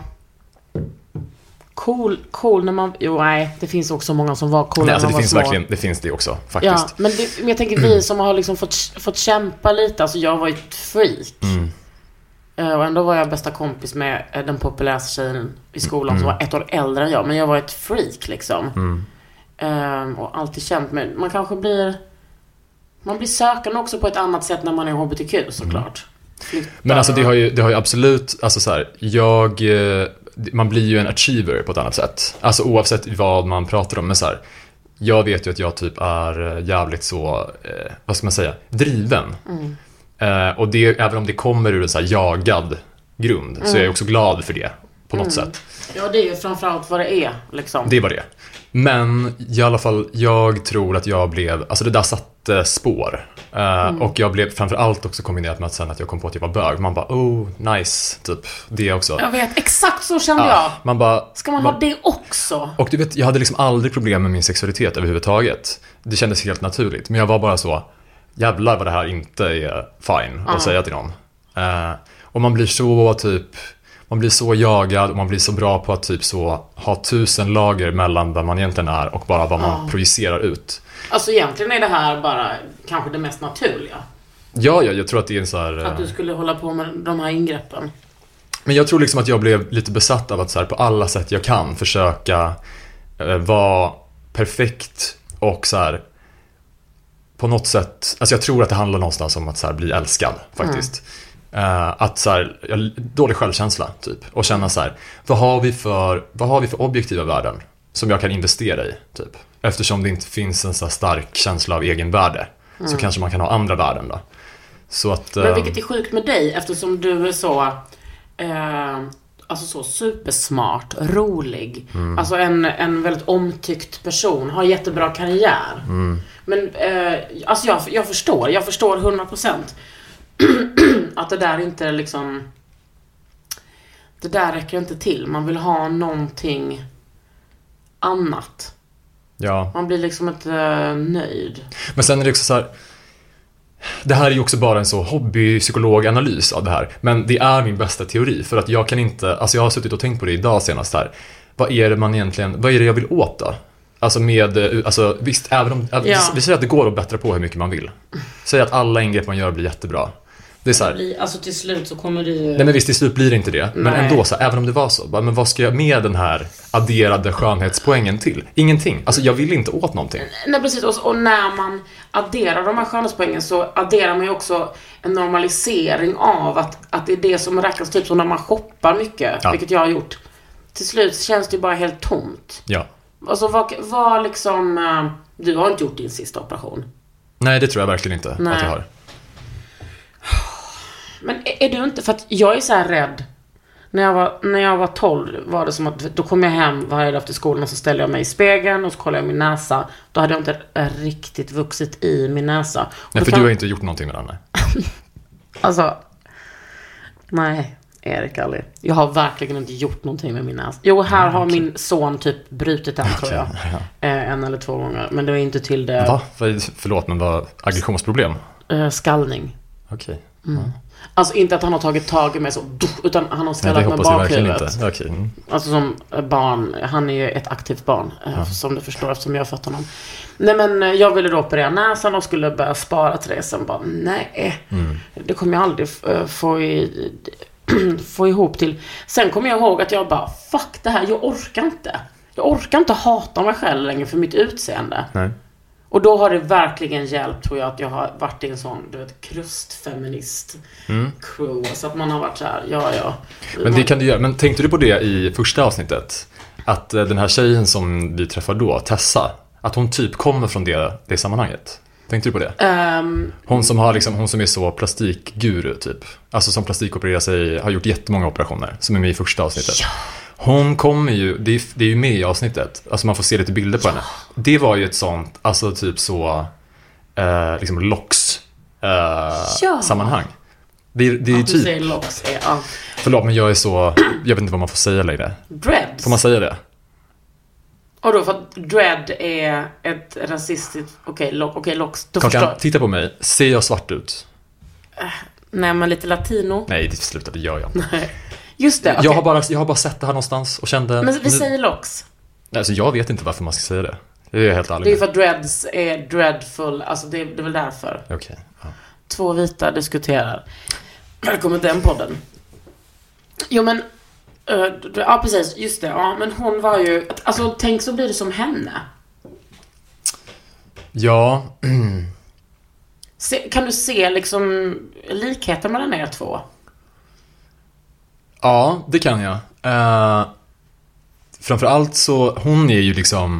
Cool, cool när man... Jo, nej, det finns också många som var coola. Nej, alltså när man det var finns små. verkligen, det finns det också, faktiskt. Ja, men, det, men jag tänker vi som har liksom fått, fått kämpa lite. Alltså jag var ju ett freak. Mm. Och ändå var jag bästa kompis med den populära tjejen i skolan mm. som var ett år äldre än jag. Men jag var ett freak liksom. Mm. Um, och alltid känt mig. Man kanske blir... Man blir sökande också på ett annat sätt när man är H B T Q, såklart. Mm. Men alltså det har ju, det har ju absolut... Alltså så här, jag... Man blir ju en achiever på ett annat sätt. Alltså oavsett vad man pratar om. Men så här, jag vet ju att jag typ är jävligt så, eh, vad ska man säga, driven. Mm. Eh, och det, även om det kommer ur en så här jagad grund mm. så är jag också glad för det på något mm. sätt. Ja, det är ju framförallt vad det är liksom. Det var det. Men i alla fall, jag tror att jag blev, alltså det där satte spår. Uh, mm. Och jag blev framförallt också kombinerat med att sen att jag kom på att jag var bög. Man bara, oh, nice, typ. Det också. Jag vet, exakt så kände uh, jag. Man bara, ska man, man ha det också? Och du vet, jag hade liksom aldrig problem med min sexualitet överhuvudtaget. Det kändes helt naturligt. Men jag var bara så, jävlar vad det här inte är fine uh. att säga till någon. Uh, och man blir så typ... Man blir så jagad och man blir så bra på att typ så ha tusen lager mellan vad man egentligen är och bara vad man ja. projicerar ut. Alltså egentligen är det här bara kanske det mest naturliga. Ja, ja, jag tror att det är en så här... Att du skulle hålla på med de här ingreppen. Men jag tror liksom att jag blev lite besatt av att så här, på alla sätt jag kan försöka eh, vara perfekt och så här, på något sätt... Alltså jag tror att det handlar någonstans om att så här, bli älskad faktiskt. Mm. Uh, att så här, dålig självkänsla typ, och känna så här, vad har vi för vad har vi för objektiva värden som jag kan investera i typ, eftersom det inte finns en så här stark känsla av egenvärde mm. så kanske man kan ha andra värden då. Så att, uh, men vilket är sjukt med dig eftersom du är så uh, alltså så supersmart, rolig mm. alltså en, en väldigt omtyckt person, har jättebra karriär mm. men uh, alltså jag, jag förstår jag förstår hundra procent att det där inte liksom, det där räcker inte till. Man vill ha någonting annat. Ja. Man blir liksom inte uh, nöjd. Men sen är det också så här, det här är ju också bara en så hobbypsykologanalys av det här. Men det är min bästa teori. För att jag kan inte, alltså jag har suttit och tänkt på det idag senast här. Vad är det man egentligen, vad är det jag vill åt då? Alltså med, alltså visst, även om, ja. vi säger att det går att bättra på hur mycket man vill. Säg att alla ingrepp man gör blir jättebra. Det är så här, alltså till slut så kommer det ju... Nej men visst, till slut blir det inte det. Nej. Men ändå så här, även om det var så, men vad ska jag med den här adderade skönhetspoängen till? Ingenting. Alltså jag vill inte åt någonting. Nej precis, och, och när man adderar de här skönhetspoängen så adderar man ju också en normalisering av att, att det är det som räknas, typ som när man shoppar mycket, ja. vilket jag har gjort. Till slut känns det ju bara helt tomt. Ja. Alltså vad, vad liksom, du har inte gjort din sista operation? Nej, det tror jag verkligen inte Nej. att jag har. Men är du inte, för att jag är så här rädd. När jag var, när jag var tolv var det som att, då kom jag hem varje dag efter skolan och så ställde jag mig i spegeln och så kollade jag min näsa. Då hade jag inte riktigt vuxit i min näsa. Nej, för kan... du har inte gjort någonting med den här. Alltså, nej, Erik Ali. Jag har verkligen inte gjort någonting med min näsa. Jo, här mm, har okay. min son typ brutit den, okay, tror jag. Ja. En eller två gånger, men det var inte till det. Va? Förlåt, men vad aggressionsproblem? Uh, skallning. Okej. Okay. Mm. Alltså inte att han har tagit tag i mig så, utan han har ställt med bakhuvudet. Okay. Mm. Alltså som barn, han är ju ett aktivt barn, ja. Som du förstår, eftersom jag har fått honom. Nej, men jag ville då operera näsan och skulle börja spara till det. Sen bara, nej, mm. det kommer jag aldrig få, i, få ihop till. Sen kommer jag ihåg att jag bara, fuck det här, jag orkar inte. Jag orkar inte hata mig själv längre för mitt utseende. Nej. Och då har det verkligen hjälpt, tror jag, att jag har varit i en sån, du vet, krustfeminist mm. crew. Så att man har varit så här, ja, ja. Men det kan du göra. Men tänkte du på det i första avsnittet? Att den här tjejen som vi träffade då, Tessa, att hon typ kommer från det, det sammanhanget. Tänkte du på det? Um, hon som har liksom, hon som är så plastikguru typ. Alltså som plastikopererar sig, har gjort jättemånga operationer. Som är med i första avsnittet. Ja. Hon kommer ju, det är, det är ju med i avsnittet. Alltså man får se lite bilder på henne. Det var ju ett sånt, alltså typ så eh, liksom LOX eh, ja. sammanhang. Det, det är ja, typ du säger LOX, ja. Förlåt, men jag är så, jag vet inte vad man får säga längre. Dreads. Får man säga det? Och då för att dread är ett rasistiskt, okej, okay, lo, okay, LOX. Kakan, förstår... titta på mig. Ser jag svart ut? Uh, nej, men lite latino. Nej, det slutar, det gör jag inte. Nej. Just det, okay. jag, har bara, jag har bara sett det här någonstans och kände... Men vi säger LOX. Alltså jag vet inte varför man ska säga det. Det är helt ärligt. Det är för att dreads är dreadful. Alltså det, det är väl därför. Okej. Okay. Ja. Två vita diskuterar. Välkommen till den podden. Jo men... Uh, ja precis, just det. Ja, men hon var ju... Alltså tänk så blir det som henne. Ja. Se, kan du se liksom likheten mellan er två? Ja, det kan jag. Uh, framförallt så, hon är ju liksom,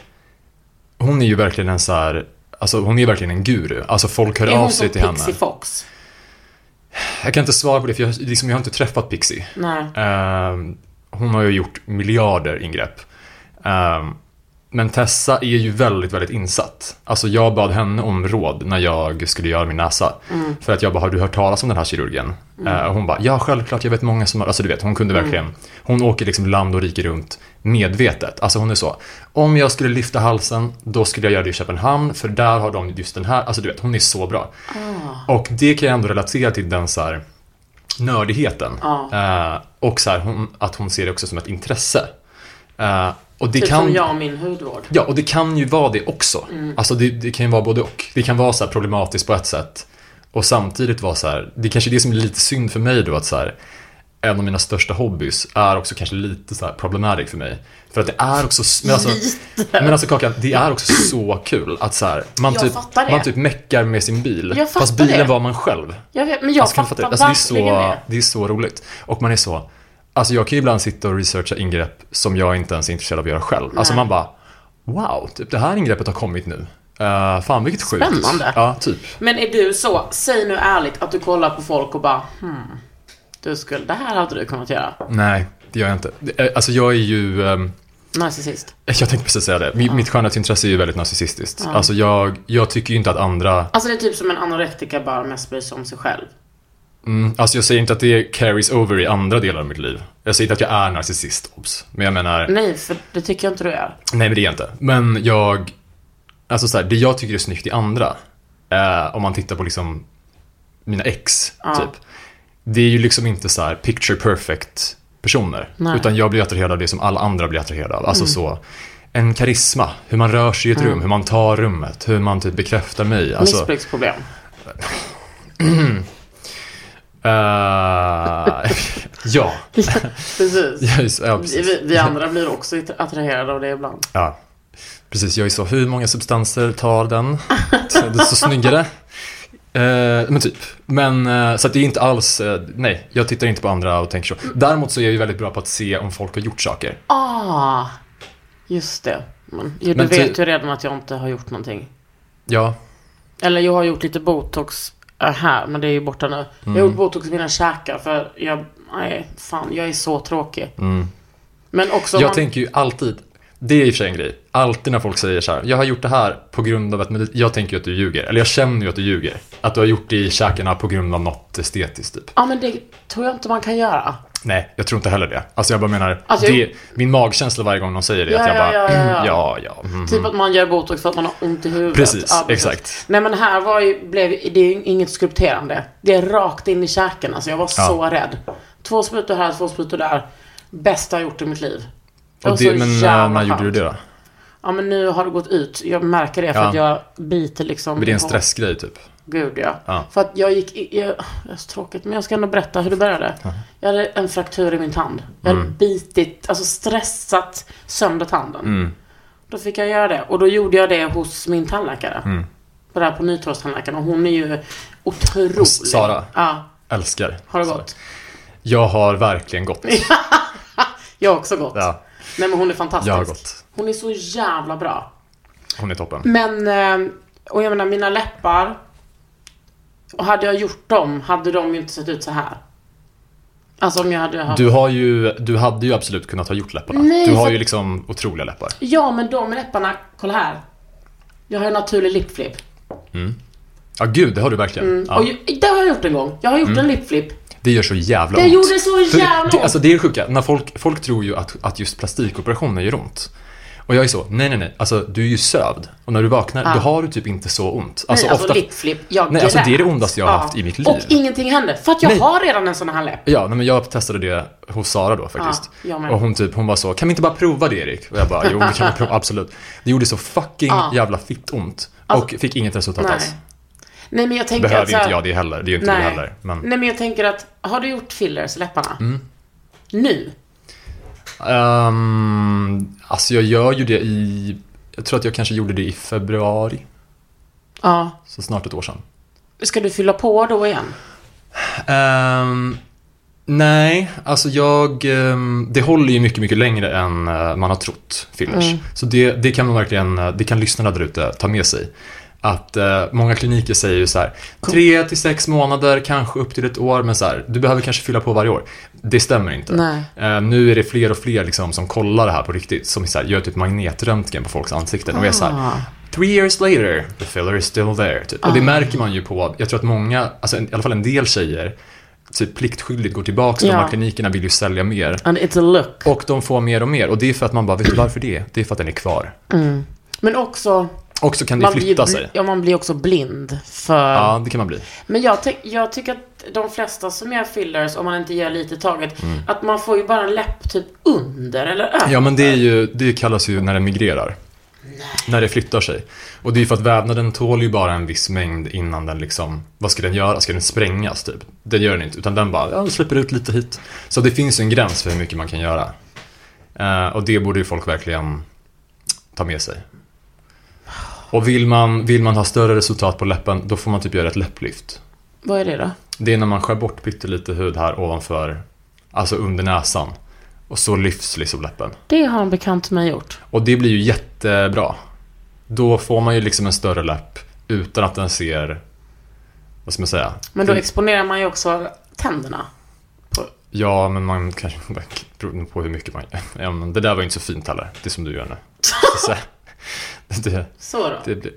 hon är ju verkligen en så här, alltså hon är verkligen en guru. Alltså folk hör av sig till henne. Är hon som Pixie Fox? Jag kan inte svara på det, för jag, liksom, jag har inte träffat Pixie. Nej. Uh, hon har ju gjort miljarder ingrepp. Uh, Men Tessa är ju väldigt, väldigt insatt. Alltså jag bad henne om råd när jag skulle göra min näsa. Mm. För att jag bara, har du hört talas om den här kirurgen? Mm. Uh, och hon bara, ja självklart, jag vet många som har... Alltså du vet, hon kunde verkligen... Mm. Hon åker liksom land och rike runt medvetet. Alltså hon är så, om jag skulle lyfta halsen, då skulle jag göra det i Köpenhamn. För där har de just den här... Alltså du vet, hon är så bra. Oh. Och det kan jag ändå relatera till den så här nördigheten. Oh. Uh, och så här, hon, att hon ser det också som ett intresse. Uh, Och det typ kan, som jag och min hudvård. Ja, och det kan ju vara det också. Mm. Alltså det, det kan ju vara både och. Det kan vara så här problematiskt på ett sätt. Och samtidigt vara så här, det är kanske det som är lite synd för mig då, att så här, en av mina största hobbys är också kanske lite så här problematic för mig. För att det är också, men alltså, men alltså Kakan, det är också så kul att så här, man, typ, man typ meckar med sin bil. Fast bilen det. var man själv. Jag vet, men jag alltså, fattar alltså, det, är så, det. det är så roligt. Och man är så... Alltså jag kan ju ibland sitta och researcha ingrepp som jag inte ens är intresserad av att göra själv. Nej. Alltså man bara, wow, typ det här ingreppet har kommit nu. Uh, fan vilket sjukt. Spännande. Ja, typ. Men är du så, säg nu ärligt att du kollar på folk och bara, hmm, du skulle, det här hade du kunnat göra. Nej, det gör jag inte. Alltså jag är ju... Um, narcissist. Jag tänkte precis säga det. Mitt, ja. mitt skönhetsintresse är ju väldigt narcissistiskt. Ja. Alltså jag, jag tycker ju inte att andra... Alltså det är typ som en anorektika bara mest bryr sig om sig själv. Mm, alltså jag säger inte att det carries over i andra delar av mitt liv. Jag säger inte att jag är narcissist, obs. Men jag menar... Nej, för det tycker jag inte du är. Nej, men det är jag inte. Men jag... Alltså så här, det jag tycker är snyggt i andra, eh, om man tittar på liksom mina ex, ja. typ. Det är ju liksom inte så här picture perfect personer. Nej. Utan jag blir attraherad av det som alla andra blir attraherade av. Alltså mm. så... En karisma, hur man rör sig i ett mm. rum, hur man tar rummet, hur man typ bekräftar mig. Alltså... Missbruksproblem. Uh, ja. Precis. Ja, precis. Vi, vi andra blir också attraherade av det ibland. Ja, precis. Jag är så, hur många substanser tar den? Det är så snyggare. Uh, men typ. Men uh, så att det är inte alls, uh, nej, jag tittar inte på andra och tänker så. Däremot så är jag ju väldigt bra på att se om folk har gjort saker. Ah, just det. Men, ju, du men vet ty- ju redan att jag inte har gjort någonting. Ja. Eller jag har gjort lite botox här, men det är ju borta nu. Mm. Jag har gjort botox i mina käkar för jag, nej, fan, jag är så tråkig. Mm. Men också jag man... tänker ju alltid, det är i och för sig en grej, alltid när folk säger så här, jag har gjort det här på grund av att, jag tänker ju att du ljuger, eller jag känner ju att du ljuger, att du har gjort det i käkarna på grund av något estetiskt typ. Ja, men det tror jag inte man kan göra. Nej, jag tror inte heller det. Alltså jag bara menar, alltså, det, min magkänsla varje gång någon säger det, ja, att jag bara, ja, ja, ja. ja, ja mm. Typ att man gör botox för att man har ont i huvudet. Precis, ja, precis. exakt. Nej men här var ju, blev, det är ju inget skulpterande. Det är rakt in i käken, alltså jag var ja. så rädd. Två sprutor här, två sprutor där. Bästa jag gjort i mitt liv. Och det, men när gjorde du det då? Ja men nu har det gått ut. Jag märker det för ja. att jag biter liksom. Men det är en stressgrej typ. Gud ja. ja. För att jag gick, jag, det är så tråkigt, men jag ska ändå berätta hur det började. Ja. Jag hade en fraktur i min tand. Jag hade mm. bitit, alltså stressat sönder tanden. Mm. Då fick jag göra det. Och då gjorde jag det hos min tandläkare. Mm. På där på Nytorgstandläkaren. Och hon är ju otrolig. Sara, ja. älskar. Har det gått? Jag har verkligen gått. Jag har också gått. Ja. Nej men hon är fantastisk. Jag har gått. Hon är så jävla bra. Hon är toppen. Men, och jag menar mina läppar. Och hade jag gjort dem, hade de ju inte sett ut så här. Alltså om jag hade haft... Du har ju, du hade ju absolut kunnat ha gjort läpparna. Nej, du har för... ju liksom otroliga läppar. Ja, men de läpparna, kolla här. Jag har en naturlig lipflip. Mm. Ja, gud, det har du verkligen. Mm. Ja. Och ju, det har jag gjort en gång. Jag har gjort mm. en lipflip. Det gör så jävla det ont. Det gjorde så jävla ont. Det, alltså det är sjuka. När folk, folk tror ju att, att just plastikoperationer gör ont. Och jag är så, nej nej nej, alltså du är ju sövd. Och när du vaknar, ah. då har du typ inte så ont. Alltså, nej, alltså ofta... lipflip, jag Nej, alltså det är det ondaste jag har ah. haft i mitt liv. Och ingenting hände, för att jag nej. har redan en sån här läpp. Ja, nej, men jag testade det hos Sara då faktiskt. Ah, och hon typ, hon var så, kan vi inte bara prova det Erik? Och jag bara, jo det kan vi prova, absolut. Det gjorde så fucking ah. jävla fitt ont. Alltså, och fick inget resultat alls. Nej, men jag tänker behöver att så här... inte jag det heller, det är ju inte nej. det heller. Men... Nej, men jag tänker att, har du gjort fillers i läpparna? Mm. Nu? Um, alltså jag gör ju det i... Jag tror att jag kanske gjorde det i februari. Ja. Så snart ett år sedan. Ska du fylla på då igen? Um, nej, alltså jag... Um, det håller ju mycket, mycket längre än uh, man har trott, fillers. Mm. Så det, det kan man verkligen... Det kan lyssnarna där ute ta med sig. Att uh, många kliniker säger ju så här, tre till sex månader, kanske upp till ett år, men så här, du behöver kanske fylla på varje år. Det stämmer inte. Uh, nu är det fler och fler liksom, som kollar det här på riktigt, som så här, gör typ magnetröntgen på folks ansikten. Ah. Och är så här, three years later, the filler is still there. Typ. Ah. Och det märker man ju på, jag tror att många, alltså i alla fall en del tjejer, typ pliktskyldigt går tillbaka. Ja. De här klinikerna vill ju sälja mer. And it's a look. Och de får mer och mer. Och det är för att man bara, vet du varför det? Det är för att den är kvar. Mm. Men också... Och så kan det flytta blir, sig. Ja, man blir också blind för... Ja, det kan man bli. Men jag, ty- jag tycker att de flesta som gör fillers, om man inte gör lite taget, mm. att man får ju bara en läpp typ under eller över. Ja, men det är ju, det kallas ju när den migrerar. Nej. När det flyttar sig. Och det är för att vävnaden tål ju bara en viss mängd innan den liksom... Vad ska den göra? Ska den sprängas typ? Det gör den inte, utan den bara ja, släpper ut lite hit. Så det finns ju en gräns för hur mycket man kan göra. Uh, och det borde ju folk verkligen ta med sig. Och vill man, vill man ha större resultat på läppen, då får man typ göra ett läpplyft. Vad är det då? Det är när man skär bort pyttelite hud här ovanför, alltså under näsan. Och så lyfts liksom läppen. Det har en bekant med gjort. Och det blir ju jättebra. Då får man ju liksom en större läpp utan att den ser, vad ska man säga? Men då exponerar man ju också tänderna. På... Ja, men man kanske beror på hur mycket man... Ja, men det där var ju inte så fint heller, det som du gör nu. Så, det, så då? Det, det.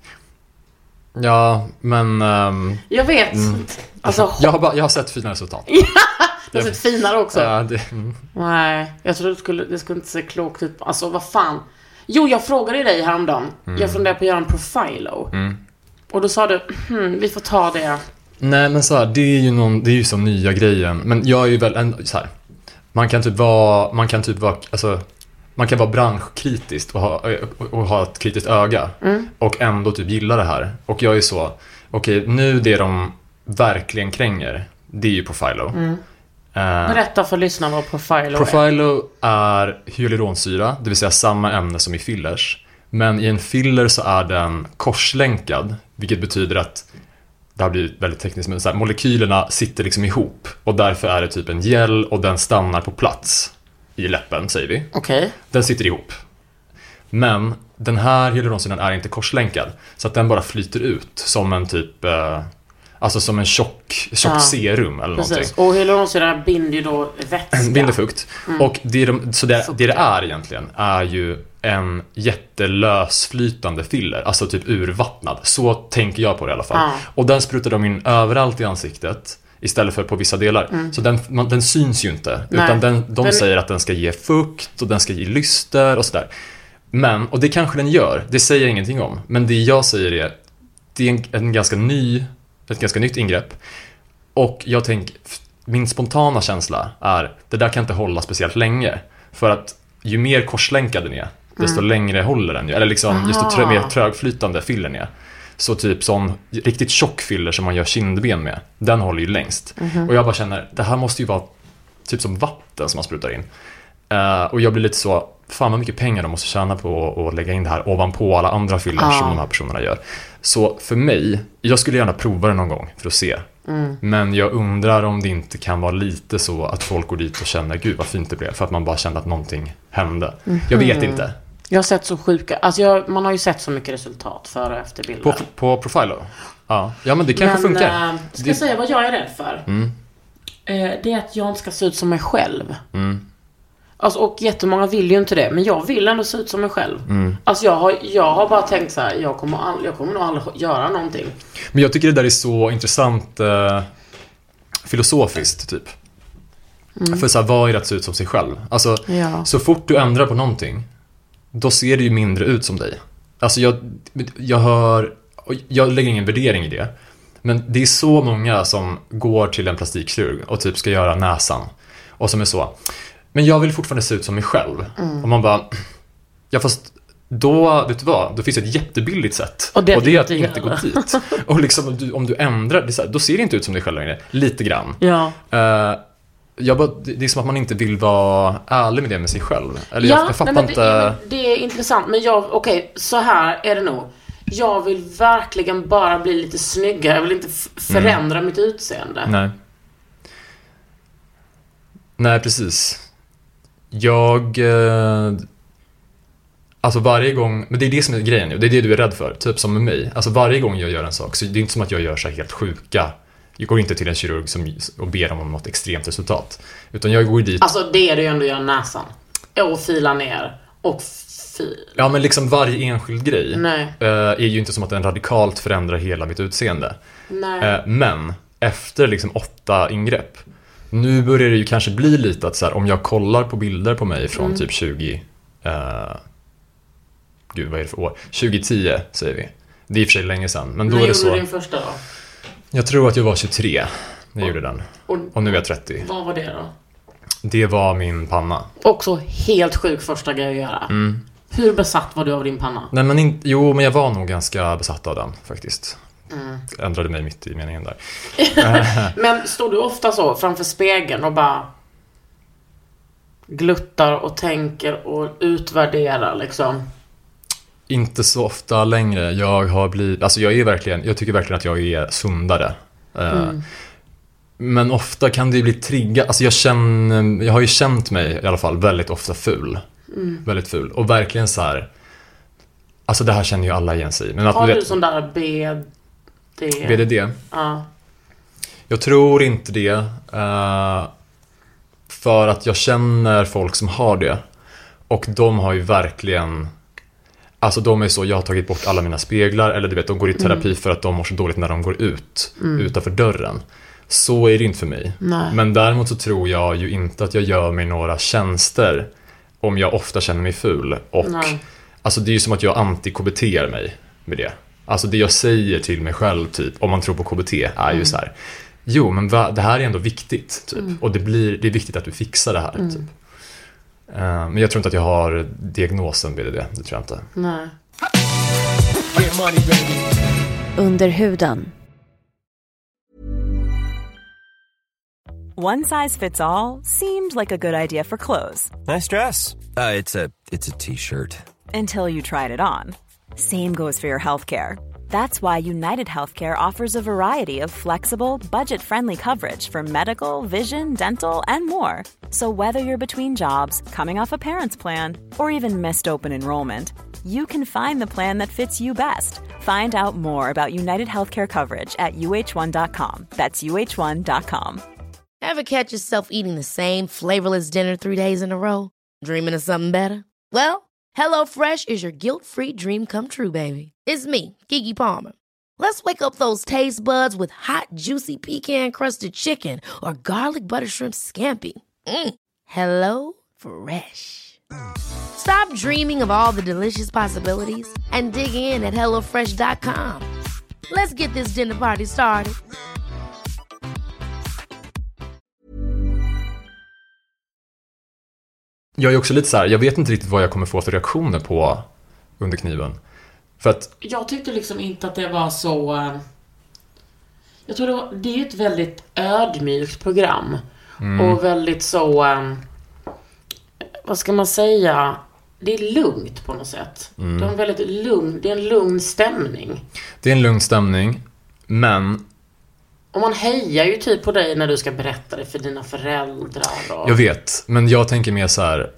Ja, men... Um, jag vet. Mm, alltså, jag, har bara, jag har sett fina resultat. Du har sett finare också. Ja, det, mm. Nej, jag tror det skulle, det skulle inte se klokt ut. Alltså, vad fan. Jo, jag frågade dig häromdagen. Mm. Jag funderade på att göra en profilo. Mm. Och då sa du, hm, vi får ta det. Nej, men så här, det är ju någon, det är ju så nya grejen. Men jag är ju väl en, så här. Man kan typ vara, man kan typ vara, alltså... Man kan vara branschkritisk och ha, och ha ett kritiskt öga. Mm. Och ändå typ gilla det här. Och jag är så, okej, okay, nu det de verkligen kränger, det är ju Profilo. Mm. Uh, Berätta för lyssnarna vad Profilo, Profilo är. är hyaluronsyra, det vill säga samma ämne som i fillers. Men i en filler så är den korslänkad, vilket betyder att, det här blir väldigt tekniskt, men så här, molekylerna sitter liksom ihop. Och därför är det typ en gel och den stannar på plats i läppen, säger vi. Okay. Den sitter ihop. Men den här hyaluronsyran är inte korslänkad, så att den bara flyter ut som en typ eh, alltså som en tjock, tjock ja. serum eller precis. Någonting. Och hyaluronsyran binder ju då vätska. Binder fukt. Mm. Och det, de, så det, det det är egentligen är ju en jättelösflytande filler, alltså typ urvattnad. Så tänker jag på det i alla fall. Ja. Och den sprutar de in överallt i ansiktet. istället för på vissa delar. Mm. Så den, man, den syns ju inte. Nej. Utan den, de den... säger att den ska ge fukt och den ska ge lyster och sådär. Men, och det kanske den gör, det säger jag ingenting om. Men det jag säger är, det är en, en ganska ny, ett ganska nytt ingrepp. Och jag tänker, min spontana känsla är, det där kan inte hålla speciellt länge. För att ju mer korslänkad den är, desto mm. längre håller den ju. Eller liksom, desto trö, mer trögflytande filler den är. Så typ sån riktigt tjock filler som man gör kindben med, den håller ju längst. Mm-hmm. Och jag bara känner, det här måste ju vara typ som vatten som man sprutar in. Uh, och jag blir lite så, fan vad mycket pengar de måste tjäna på att lägga in det här ovanpå alla andra filler ah. som de här personerna gör. Så för mig, jag skulle gärna prova det någon gång för att se. Mm. Men jag undrar om det inte kan vara lite så att folk går dit och känner, gud vad fint det blev, för att man bara kände att någonting hände. Mm-hmm. Jag vet inte. Jag har sett så sjuka, alltså jag, man har ju sett så mycket resultat före och efter bilder. På, på Profilo? Ja. Ja, men det kanske men, funkar. Äh, ska det... jag säga vad jag är rädd för? Mm. Eh, det är att jag inte ska se ut som mig själv. Mm. Alltså, och jättemånga vill ju inte det, men jag vill ändå se ut som mig själv. Mm. Alltså jag har, jag har bara tänkt så här, jag kommer, all, jag kommer nog aldrig göra någonting. Men jag tycker det där är så intressant eh, filosofiskt typ. Mm. För så här, vad är det att se ut som sig själv? Alltså, ja. Så fort du ändrar på någonting, då ser det ju mindre ut som dig. Alltså jag, jag hör, jag lägger ingen värdering i det, men det är så många som går till en plastikkirurg och typ ska göra näsan och som är så, men jag vill fortfarande se ut som mig själv. Mm. Och man bara, ja fast då, vet du vad, då finns det ett jättebilligt sätt. Och det, och det är att inte gå dit. Och liksom om du, om du ändrar, det så här, då ser det inte ut som dig själv längre. Lite grann. Ja. Uh, jag bara, det är som att man inte vill vara ärlig med det med sig själv. Eller ja, jag, jag fattar nej, men inte. Det, det är intressant, men jag, okej, okay, så här är det nog. Jag vill verkligen bara bli lite snyggare. Jag vill inte f- förändra mm. mitt utseende. Nej. Nej, precis. Jag eh, alltså varje gång, men det är det som är grejen nu. Det är det du är rädd för, typ som med mig. Alltså varje gång jag gör en sak, så det är inte som att jag gör så här helt sjuka. Jag går inte till en kirurg som, och ber om något extremt resultat. Utan jag går dit. Alltså det är det ju ändå gör näsan. Och fila ner. Och fil. Ja, men liksom varje enskild grej Nej. är ju inte som att den radikalt förändrar hela mitt utseende. Nej. Men efter liksom åtta ingrepp, nu börjar det ju kanske bli lite att så här, om jag kollar på bilder på mig från mm. typ tjugo uh, Gud, vad är det för år? tjugo tio säger vi. Det är i och för sig länge sedan, men då När är det så. Din första då? Jag tror att jag var tjugotre när jag och, gjorde den. Och, och nu är jag trettio. Vad var det då? Det var min panna. Också helt sjuk första grej att göra. Mm. Hur besatt var du av din panna? Nej, men in, jo, men jag var nog ganska besatt av den faktiskt. Mm. Jag ändrade mig mitt i meningen där. Men stod du ofta så framför spegeln och bara gluttar och tänker och utvärderar liksom? Inte så ofta längre. Jag har blivit, alltså jag är verkligen, jag tycker verkligen att jag är sundare. Mm. Men ofta kan det bli trigga. Alltså jag känner, jag har ju känt mig i alla fall väldigt ofta ful. Mm. Väldigt ful. Och verkligen så här, alltså det här känner ju alla igen sig. Men att, har du vet, sån där B D? B D D? Ja. Jag tror inte det. Uh, för att jag känner folk som har det. Och de har ju verkligen, alltså de är så, jag har tagit bort alla mina speglar. Eller du vet, de går i terapi mm. för att de mår så dåligt när de går ut. Mm. Utanför dörren. Så är det inte för mig. Nej. Men däremot så tror jag ju inte att jag gör mig några tjänster om jag ofta känner mig ful. Och Nej. Alltså det är ju som att jag anti-K B T-ar mig med det. Alltså det jag säger till mig själv typ, om man tror på K B T, är mm. ju så här: jo, men va, det här är ändå viktigt typ. Mm. Och det, blir, det är viktigt att du fixar det här mm. typ. uh, Men jag tror inte att jag har diagnosen B D D. Det tror jag inte. Nej. Under huden. One size fits all seemed like a good idea for clothes. Nice dress. Uh, it's a it's a t-shirt. Until you tried it on. Same goes for your healthcare. That's why United Healthcare offers a variety of flexible, budget-friendly coverage for medical, vision, dental, and more. So whether you're between jobs, coming off a parent's plan, or even missed open enrollment, you can find the plan that fits you best. Find out more about United Healthcare coverage at U H one dot com. That's U H one dot com. Ever catch yourself eating the same flavorless dinner three days in a row? Dreaming of something better? Well, HelloFresh is your guilt-free dream come true, baby. It's me, Keke Palmer. Let's wake up those taste buds with hot, juicy pecan-crusted chicken or garlic butter shrimp scampi. Mm. Hello Fresh. Stop dreaming of all the delicious possibilities and dig in at hello fresh dot com. Let's get this dinner party started. Jag är också lite så här, jag vet inte riktigt vad jag kommer få för reaktioner på Under kniven. För att jag tyckte liksom inte att det var så. Jag tror det, var, det är ett väldigt ödmjukt program. Mm. Och väldigt så, vad ska man säga, det är lugnt på något sätt. Mm. Det är en väldigt lugn, det är en lugn stämning. Det är en lugn stämning, men och man hejar ju typ på dig när du ska berätta det för dina föräldrar. Och... Jag vet, men jag tänker mer så här.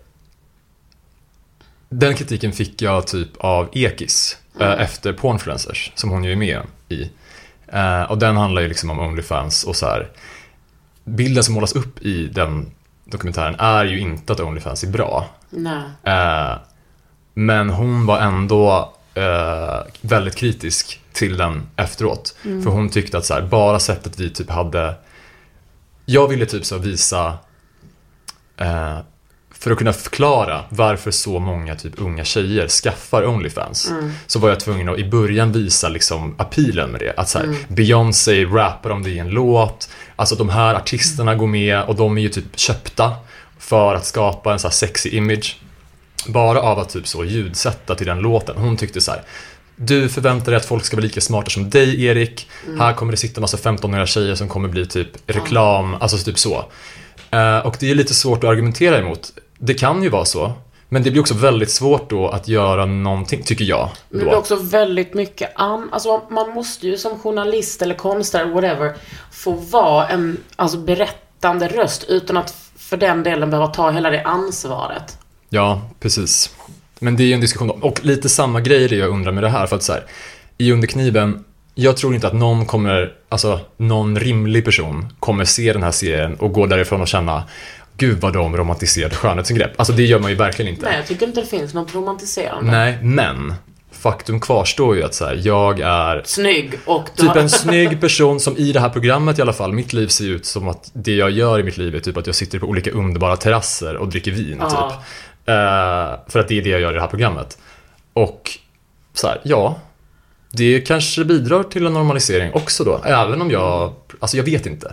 Den kritiken fick jag typ av Ekis mm. äh, efter Pornfluencers, som hon ju är med i. Äh, och den handlar ju liksom om OnlyFans och så här. Bilden som målas upp i den dokumentären är ju inte att OnlyFans är bra. Nej. Äh, men hon var ändå äh, väldigt kritisk till den efteråt. Mm. För hon tyckte att så här, bara sättet vi typ hade. Jag ville typ så visa äh, för att kunna förklara varför så många typ unga tjejer skaffar OnlyFans. Mm. Så var jag tvungen att i början visa liksom appealen med det. Att så här, mm. Beyoncé rappar om det i en låt. Alltså de här artisterna mm. går med och de är ju typ köpta för att skapa en så här sexy image. Bara av att typ så ljudsätta till den låten. Hon tyckte så här: du förväntar dig att folk ska vara lika smarta som dig, Erik. Mm. Här kommer det sitta en massa femtonåriga tjejer som kommer bli typ reklam. Mm. Alltså typ så. Uh, och det är lite svårt att argumentera emot. Det kan ju vara så. Men det blir också väldigt svårt då att göra någonting, tycker jag. Då. Det blir också väldigt mycket an... Alltså man måste ju som journalist eller konstnär, whatever, få vara en alltså, berättande röst utan att för den delen behöva ta hela det ansvaret. Ja, precis. Men det är ju en diskussion. Och lite samma grej det jag undrar med det här. För att så här, i Under kniven, jag tror inte att någon kommer, alltså någon rimlig person kommer se den här serien och gå därifrån och känna: gud vad de romantiserade skönhetsingrepp. Alltså det gör man ju verkligen inte. Nej, jag tycker inte det finns något romantiserande. Nej, men faktum kvarstår ju att så här, jag är snygg och typ en snygg person som i det här programmet i alla fall, mitt liv ser ut som att det jag gör i mitt liv är typ att jag sitter på olika underbara terrasser och dricker vin ah. typ. Uh, för att det är det jag gör i det här programmet. Och så här, ja, det kanske bidrar till en normalisering också då. Även om jag, alltså jag vet inte.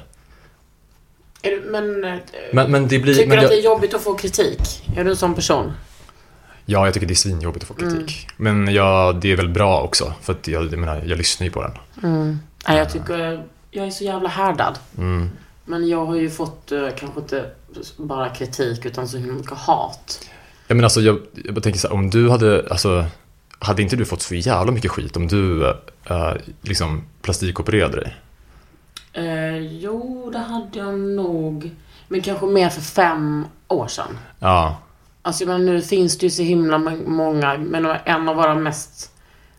Men, men, men det blir, tycker men du jag, att det är jobbigt att få kritik? Är du en sån person? Ja, jag tycker det är svinjobbigt att få kritik. Mm. Men jag, det är väl bra också. För att jag, jag menar, jag lyssnar ju på den. Mm. Ja, jag tycker jag är så jävla härdad. Mm. Men jag har ju fått kanske inte bara kritik utan så mycket hat. Ja, men alltså jag, jag bara tänker så här, om du hade, alltså hade inte du fått så jävla mycket skit om du äh, liksom plastikopererade dig? Eh, jo, det hade jag nog. Men kanske mer för fem år sedan. Ja. Alltså men nu finns det ju så himla många. Men en av våra mest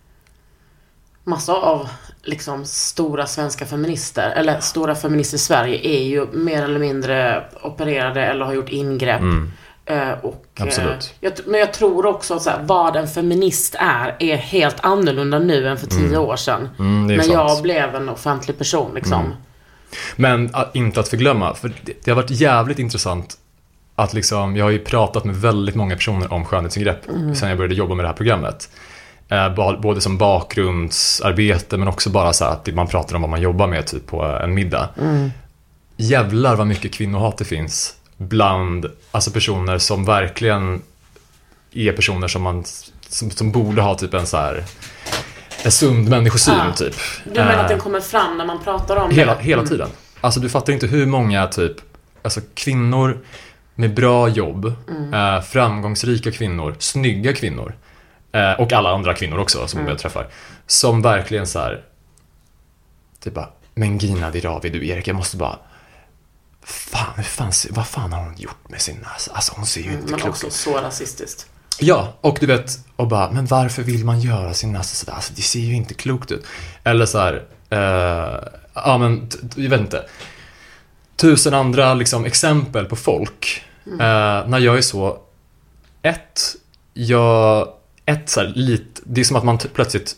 massa av liksom stora svenska feminister, eller stora feminister i Sverige, är ju mer eller mindre opererade eller har gjort ingrepp. Mm. Uh, och, Absolut. Uh, jag, men jag tror också att så här, vad en feminist är är helt annorlunda nu än för tio mm. år sedan. Mm, när sant. Jag blev en offentlig person liksom. Mm. Men uh, inte att förglömma, för det, det har varit jävligt intressant att liksom, jag har ju pratat med väldigt många personer om skönhetsingrepp mm. sen jag började jobba med det här programmet. Uh, både som bakgrundsarbete men också bara så här att man pratar om vad man jobbar med typ på en middag. Mm. Jävlar vad mycket kvinnohat det finns bland alltså personer som verkligen är personer som man som, som borde ha typ en så här en sund människosyn ah, typ. Du menar uh, att den kommer fram när man pratar om hela, det? Hela mm. tiden. Alltså du fattar inte hur många typ alltså kvinnor med bra jobb, mm. uh, framgångsrika kvinnor, snygga kvinnor uh, och alla andra kvinnor också som mm. jag träffar, som verkligen så här typ bara, men Gina Dirawi, du Erik, jag måste bara fan, hur fan, vad fan har hon gjort med sin näsa? Alltså hon ser ju inte mm, klok ut. Men också så rasistiskt. Ja, och du vet, och bara, men varför vill man göra sin näsa sådär? Alltså det ser ju inte klokt ut. Eller så här, uh, ja men, jag vet inte. Tusen andra liksom exempel på folk. Mm. Uh, när jag är så, ett, jag, ett så här, lite, det är som att man t- plötsligt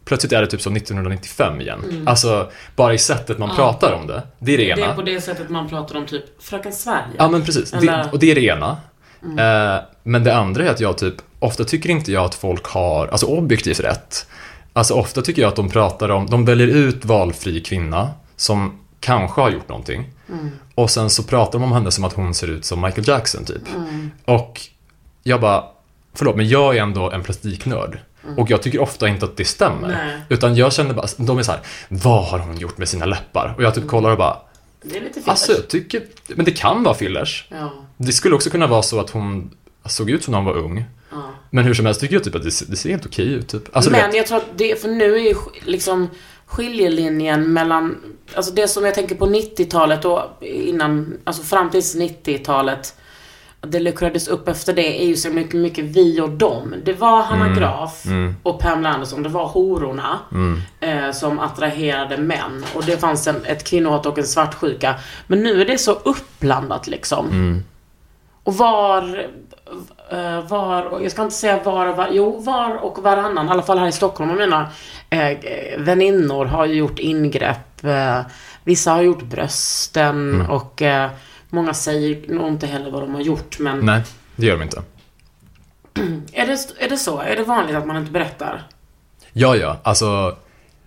plötsligt är det typ som nittonhundranittiofem igen. Mm. Alltså, bara i sättet man ja. pratar om det. Det är det ena. Det är på det sättet man pratar om typ Fröken Sverige. Ja, men precis. Det, och det är det ena. Mm. Eh, men det andra är att jag typ, ofta tycker inte jag att folk har, alltså objektivt rätt. Alltså ofta tycker jag att de pratar om, de väljer ut valfri kvinna som kanske har gjort någonting. Mm. Och sen så pratar de om henne som att hon ser ut som Michael Jackson typ. Mm. Och jag bara, förlåt, men jag är ändå en plastiknörd. Mm. Och jag tycker ofta inte att det stämmer. Nej. Utan jag känner bara, de är så här, vad har hon gjort med sina läppar? Och jag typ mm. kollar och bara, det är lite fillers. Alltså jag tycker, men det kan vara fillers. Ja. Det skulle också kunna vara så att hon såg ut som när hon var ung. Ja. Men hur som helst tycker jag typ att det, det ser helt okej ut typ. Alltså, men jag tror att det, för nu är ju liksom skiljelinjen mellan, alltså det som jag tänker på nittiotalet och innan, alltså fram till nittiotalet, det luckrades upp efter det är ju så mycket, mycket vi och dem. Det var Hanna mm. Graf mm. och Pamela Anderson. Det var hororna mm. eh, som attraherade män. Och det fanns en, ett kvinnohat och en svartsjuka. Men nu är det så uppblandat liksom. Mm. Och var, eh, var, jag ska inte säga var, var, jo var och varannan, i alla fall här i Stockholm. Och mina eh, väninnor har ju gjort ingrepp. Eh, vissa har gjort brösten mm. och... Eh, många säger nog inte heller vad de har gjort, men... Nej, det gör de inte. är, det, är det så? Är det vanligt att man inte berättar? Ja, ja. Alltså...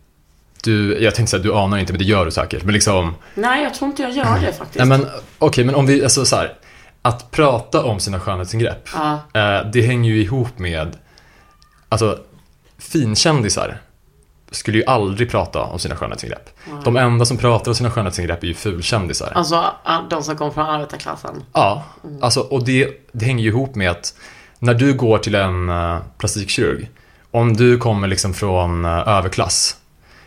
Du, jag tänkte säga att du anar inte, men det gör du säkert. Men liksom... Nej, jag tror inte jag gör det faktiskt. Nej, men okej, okay, men om vi... Alltså så här, att prata om sina skönhetsingrepp, uh. eh, det hänger ju ihop med... Alltså, finkändisar skulle ju aldrig prata om sina skönhetsingrepp. Mm. De enda som pratar om sina skönhetsingrepp är ju fulkändisar. Alltså de som kommer från arbetarklassen. Ja, mm. alltså, och det, det hänger ju ihop med att när du går till en uh, plastikkirurg, om du kommer liksom från uh, överklass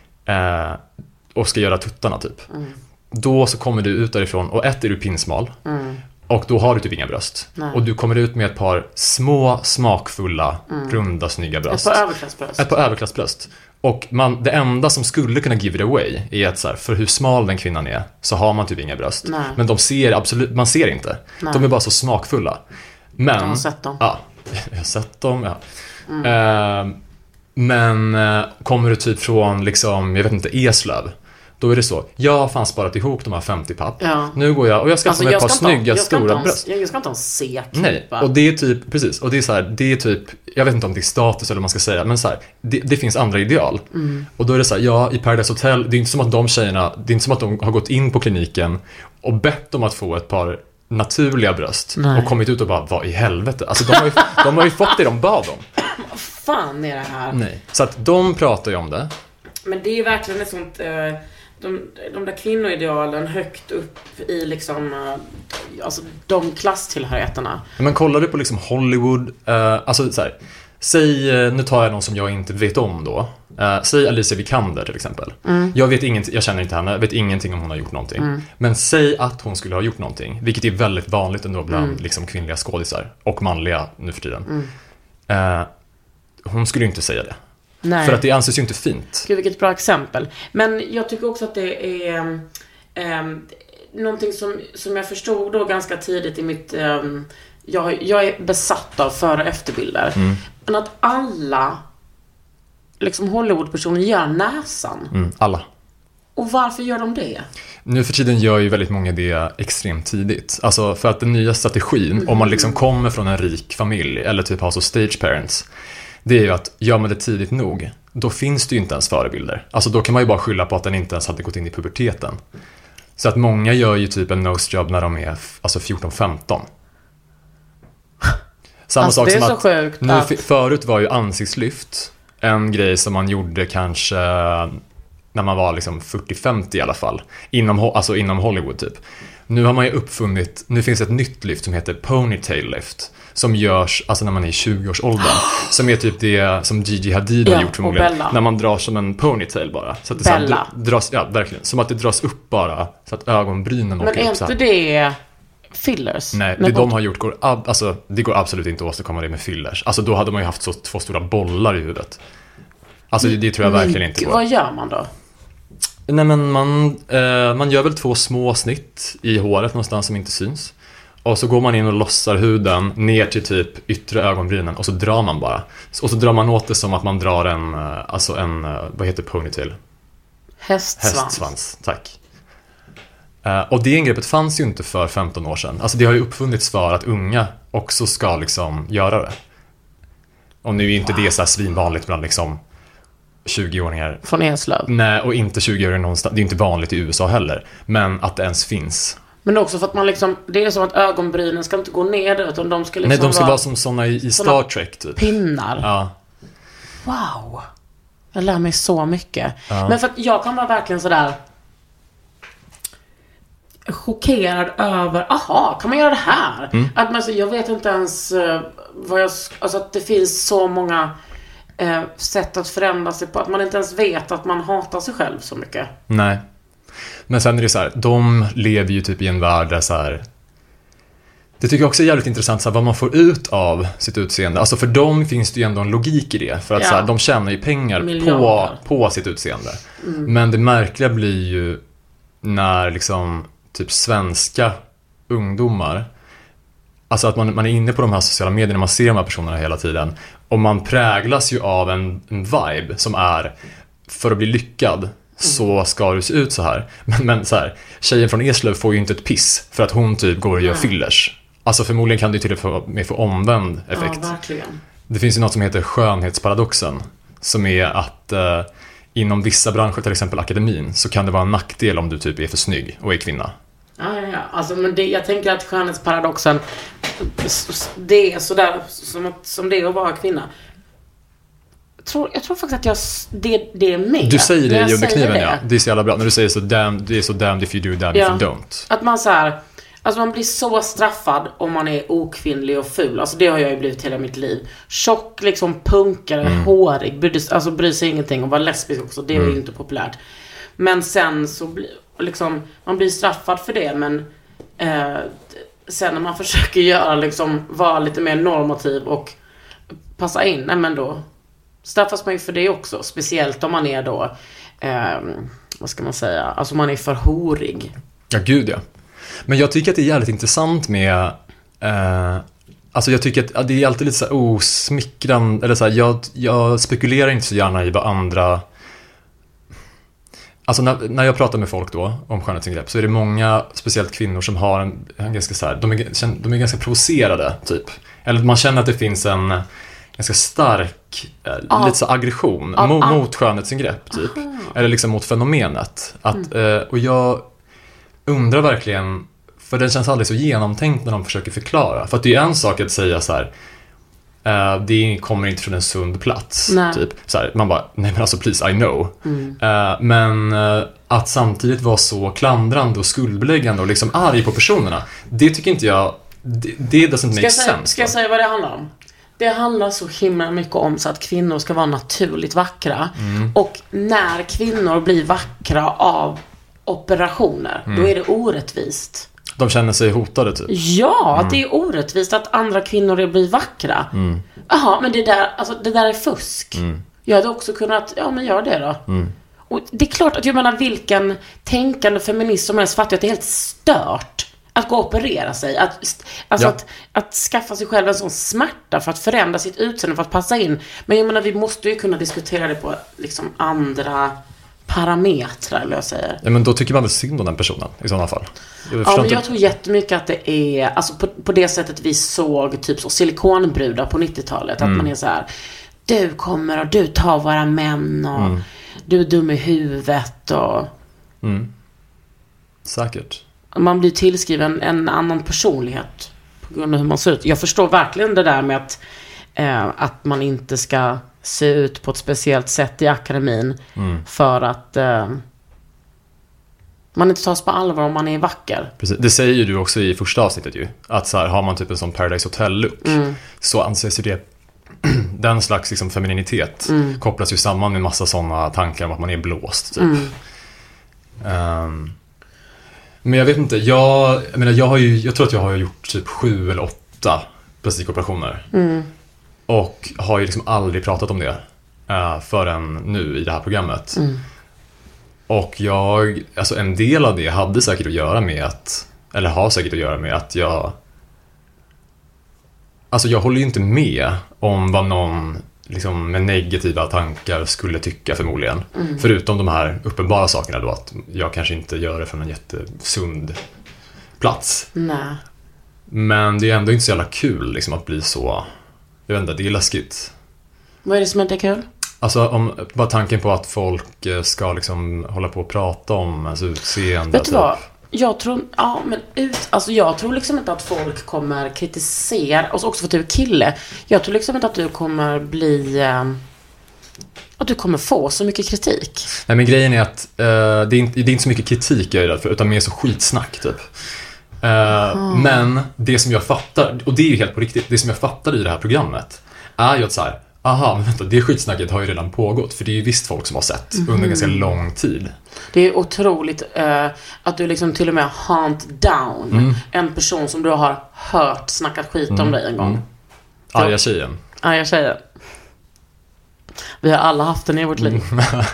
uh, och ska göra tuttarna typ, mm. då så kommer du ut därifrån och ett är du pinsmal mm. och då har du typ inga bröst. Nej. Och du kommer ut med ett par små, smakfulla, mm. runda, snygga bröst. Ett par överklassbröst. Ett par överklassbröst. Och man, det enda som skulle kunna give it away är att så här, för hur smal den kvinnan är så har man typ inga bröst. Nej. Men de ser absolut, man ser inte. Nej. De är bara så smakfulla. Men, jag har sett dem. Ja, jag har sett dem, ja. Mm. Eh, men eh, kommer du typ från liksom, jag vet inte, Eslöv, då är det så, jag har fan sparat ihop de här femtio papp. Ja. Nu går jag och jag ska alltså, få ett par snygga ta, stora en, bröst. Jag ska inte ha en C-knipa. Nej, och det är typ, precis, och det är så här, det är typ, jag vet inte om det är status eller vad man ska säga, men så här, det, det finns andra ideal. Mm. Och då är det så här, ja, i Paradise Hotel, det är inte som att de tjejerna, det är inte som att de har gått in på kliniken och bett om att få ett par naturliga bröst. Nej. Och kommit ut och bara, vad i helvete? Alltså de har ju, de har ju fått det de bad om. Vad fan är det här? Nej, så att de pratar ju om det. Men det är ju verkligen ett sånt... Uh... De, de där kvinnoidealen högt upp i liksom alltså de klasstillhörigheterna. Men kollar du på liksom Hollywood, eh, alltså så här, säg, nu tar jag någon som jag inte vet om då. Eh, säg Alicia Vikander till exempel. Mm. Jag vet ingenting, jag känner inte henne, vet ingenting om hon har gjort någonting. Mm. Men säg att hon skulle ha gjort någonting, vilket är väldigt vanligt ändå bland mm. liksom kvinnliga skådisar och manliga nu för tiden. Mm. Eh, hon skulle ju inte säga det. Nej. För att det anses ju inte fint. Gud, vilket bra exempel. Men jag tycker också att det är eh, någonting som, som jag förstod då ganska tidigt i mitt... Eh, jag, jag är besatt av före- och efterbilder. Mm. Men att alla liksom Hollywood-personer gör näsan. Mm, alla. Och varför gör de det? Nu för tiden gör ju väldigt många det extremt tidigt. Alltså för att den nya strategin, mm. om man liksom kommer från en rik familj eller typ har så stage parents, det är ju att gör man det tidigt nog, då finns det ju inte ens förebilder. Alltså då kan man ju bara skylla på att den inte ens hade gått in i puberteten. Så att många gör ju typ en nosejob när de är alltså fjorton femton. Samma alltså, sak det är som så att sjukt nu, att... förut var ju ansiktslyft en grej som man gjorde kanske när man var liksom fyrtio femtio i alla fall. Inom, alltså inom Hollywood typ. Nu har man ju uppfunnit, nu finns ett nytt lyft som heter ponytail lift. Som görs alltså när man är i tjugo-årsåldern. Som är typ det som Gigi Hadid har ja, gjort förmodligen. När man drar som en ponytail bara. Så att det Bella. Så dras, ja, verkligen. Som att det dras upp bara. Så att ögonbrynen åker upp. Men är inte det fillers? Nej, det de har gjort går, ab- alltså, det går absolut inte att åstadkomma det med fillers. Alltså då hade man ju haft så två stora bollar i huvudet. Alltså det, det tror jag verkligen inte går. Vad gör man då? Nej men man, eh, man gör väl två små snitt i håret någonstans som inte syns. Och så går man in och lossar huden ner till typ yttre ögonbrynen och så drar man bara. Och så drar man åt det som att man drar en, alltså en, vad heter ponytail? Hästsvans. Hästsvans, tack. Uh, och det ingreppet fanns ju inte för femton år sedan. Alltså det har ju uppfunnits för att unga också ska liksom göra det. Och nu är inte wow. det så här svinvanligt bland liksom tjugo-åringar. Från Eslöv. Nej, och inte tjugo-åringar någonstans. Det är inte vanligt i U S A heller. Men att det ens finns. Men också för att man liksom, det är som att ögonbrynen ska inte gå ner utan de ska liksom Nej, de ska vara, vara som såna i, i Star Trek typ. Pinnar. Ja. Wow. Jag lär mig så mycket. Ja. Men för att jag kan vara verkligen sådär chockerad över, aha, kan man göra det här? Mm. Att man, jag vet inte ens uh, vad jag, alltså att det finns så många uh, sätt att förändra sig på, att man inte ens vet att man hatar sig själv så mycket. Nej. Men sen är det så här, de lever ju typ i en värld där så här, det tycker jag också är jävligt intressant så här, vad man får ut av sitt utseende. Alltså för dem finns det ju ändå en logik i det. För att ja. så här, de tjänar ju pengar på, på sitt utseende. Mm. Men det märkliga blir ju när liksom typ svenska ungdomar, alltså att man, man är inne på de här sociala medierna, man ser de här personerna hela tiden. Och man präglas ju av en, en vibe som är, för att bli lyckad så ska det se ut så här. Men, men så här, tjejen från Eslöv får ju inte ett piss för att hon typ går och gör fillers. Alltså förmodligen kan det till och med få omvänd effekt. Ja, verkligen. Det finns ju något som heter skönhetsparadoxen, som är att eh, inom vissa branscher, till exempel akademin, så kan det vara en nackdel om du typ är för snygg och är kvinna. Ja, ja, ja. Alltså, men det, jag tänker att skönhetsparadoxen, det är sådär som, som det är att vara kvinna. Jag tror, jag tror faktiskt att jag, det, det är med. Du säger det i Underkniven, ja. Det är så jävla bra. När du säger så damn, det är så damned if you do, damned ja. if you don't. Att man så här, alltså man blir så straffad om man är okvinnlig och ful. Alltså det har jag ju blivit hela mitt liv. Tjock, liksom punkare, mm. hårig, bryr, alltså bryr sig ingenting. Och vara lesbisk också, det är mm. ju inte populärt. Men sen så blir liksom, man blir straffad för det. Men eh, sen när man försöker göra liksom, vara lite mer normativ och passa in, nej men då straffas man ju för det också. Speciellt om man är då eh, vad ska man säga, alltså man är för horig. Ja, gud ja. Men jag tycker att det är jävligt intressant med eh, alltså jag tycker att det är alltid lite så här osmickrande, eller så här, jag, jag spekulerar inte så gärna i vad andra, alltså när, när jag pratar med folk då om skönhetsingrepp, så är det många, speciellt kvinnor, som har en, en ganska så här, de är, de är ganska provocerade typ, eller man känner att det finns en ganska stark ah. lite så aggression ah, mot, ah. mot skönhetsingrepp typ, ah. eller liksom mot fenomenet att, mm. eh, och jag undrar verkligen, för den känns aldrig så genomtänkt när de försöker förklara. För att det är en sak att säga så här, uh, det kommer inte från en sund plats. Typ. Så här, man bara, nej men alltså please, I know. Mm. Uh, men uh, att samtidigt vara så klandrande och skuldbeläggande och liksom arg på personerna, det tycker inte jag, det, det doesn't make sense. Säga, ska jag säga vad det handlar om? Det handlar så himla mycket om så att kvinnor ska vara naturligt vackra. Mm. Och när kvinnor blir vackra av operationer, mm. då är det orättvist. De känner sig hotade typ. Ja, mm. det är orättvist att andra kvinnor blir vackra. Mm. Jaha, men det där, alltså, det där är fusk. Mm. Jag hade också kunnat, ja men gör det då. Mm. Och det är klart att jag menar, vilken tänkande feminist som helst fattar att det är helt stört att gå och operera sig. Att, alltså ja. att, att skaffa sig själv en sån smärta för att förändra sitt utseende, för att passa in. Men jag menar, vi måste ju kunna diskutera det på liksom andra parametrar, eller jag säger. Ja, men då tycker man väl synd om den personen i sådana fall. Jag ja, men jag tror jättemycket att det är, alltså på, på det sättet vi såg typ så silikonbrudar på nittiotalet, mm. att man är så här, du kommer och du tar våra män och mm. du är dum i huvudet och mm. säkert. Man blir tillskriven en annan personlighet på grund av hur man ser ut. Jag förstår verkligen det där med att eh, att man inte ska se ut på ett speciellt sätt i akademin, mm. för att eh, man inte tas på allvar om man är vacker. Precis. Det säger ju du också i första avsnittet ju, att så här, har man typ en sån Paradise Hotel-look, mm. så anses ju det den slags liksom femininitet mm. kopplas ju samman med massa sådana tankar om att man är blåst typ. Mm. Um, men jag vet inte, jag, jag menar, jag har ju, jag tror att jag har gjort typ sju eller åtta plastikoperationer. Mm. Och har ju liksom aldrig pratat om det uh, förrän nu i det här programmet. Mm. Och jag, alltså en del av det hade säkert att göra med att, eller har säkert att göra med att jag alltså jag håller ju inte med om vad någon liksom med negativa tankar skulle tycka förmodligen. Mm. Förutom de här uppenbara sakerna då, att jag kanske inte gör det från en jättesund plats. Nej. Men det är ändå inte så jävla kul liksom, att bli så, jag vet inte, det är läskigt. Vad är det som inte är kul? Alltså om, bara tanken på att folk ska liksom hålla på och prata om ens utseende. Vet du vad? Jag tror, ja men ut, alltså jag tror liksom inte att folk kommer kritisera, och också för att du är kille. Jag tror liksom inte att du kommer bli, eh, att du kommer få så mycket kritik. Nej, men grejen är att eh, det, är inte, det är inte så mycket kritik jag är rädd för, utan mer så skitsnack typ. Eh, mm. Men det som jag fattar, och det är ju helt på riktigt, det som jag fattar i det här programmet är ju att så här, aha, men vänta, det skitsnacket har ju redan pågått. För det är ju visst folk som har sett mm. under ganska lång tid. Det är otroligt uh, att du liksom till och med hunt down mm. en person som du har hört snackat skit mm. om dig en gång. Mm. Arga tjejen. Arga tjejen. Vi har alla haft den i vårt liv.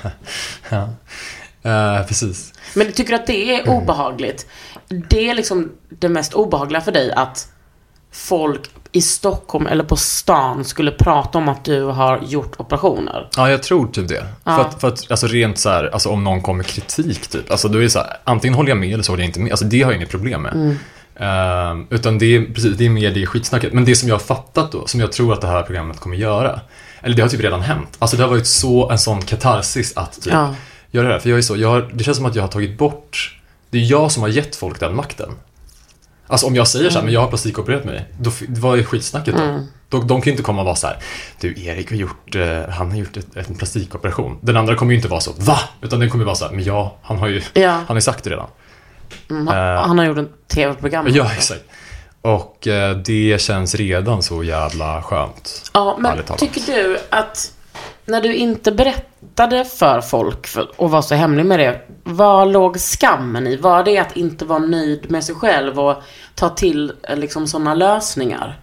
Ja, uh, precis. Men tycker du att det är obehagligt? Det är liksom det mest obehagliga för dig, att folk i Stockholm eller på stan skulle prata om att du har gjort operationer? Ja, jag tror typ det. Ja. För att, för att alltså rent så här, alltså om någon kommer kritik typ, alltså då är det så här, antingen håller jag med eller så håller jag inte med. Alltså det har jag inget problem med. Mm. Uh, utan det är precis, det är mer det skitsnacket. Men det som jag har fattat då, som jag tror att det här programmet kommer göra, eller det har typ redan hänt. Alltså det har varit så en sån katarsis att typ ja. göra det här. För jag är så, jag har, det känns som att jag har tagit bort, det är jag som har gett folk den makten. Alltså om jag säger så här, men jag har plastikopererat mig, då, vad är skitsnacket då? Mm. då? De kan ju inte komma och vara så här, du Erik har gjort, eh, han har gjort ett, en plastikoperation. Den andra kommer ju inte vara så, va? Utan den kommer ju vara så här, men ja, han har ju ja. han har ju sagt det redan. Mm, han, uh, han har gjort en tv-program. Ja, exakt. Och eh, det känns redan så jävla skönt. Ja, men tycker du att när du inte berättade för folk för, och var så hemlig med det, vad låg skammen i? Var det att inte vara nöjd med sig själv och ta till liksom sådana lösningar?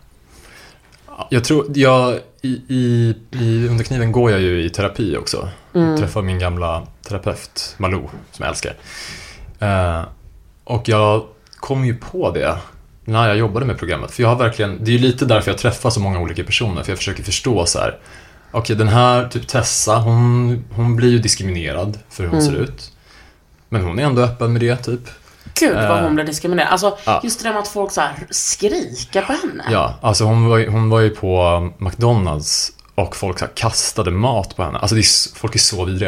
Jag tror, jag, i, i, i Underkniven går jag ju i terapi också. Mm. Jag träffar min gamla terapeut, Malou, som jag älskar. Uh, och jag kom ju på det när jag jobbade med programmet. För jag har verkligen, det är ju lite därför jag träffar så många olika personer. För jag försöker förstå så här, okej, okay, den här typ Tessa, hon, hon blir ju diskriminerad för hur hon mm. ser ut. Men hon är ändå öppen med det, typ. Gud vad hon blir diskriminerad. Alltså, ja. just det där med att folk så här skriker på henne. Ja, alltså hon var, hon var ju på McDonalds och folk så här kastade mat på henne. Alltså det är, folk är så vidriga.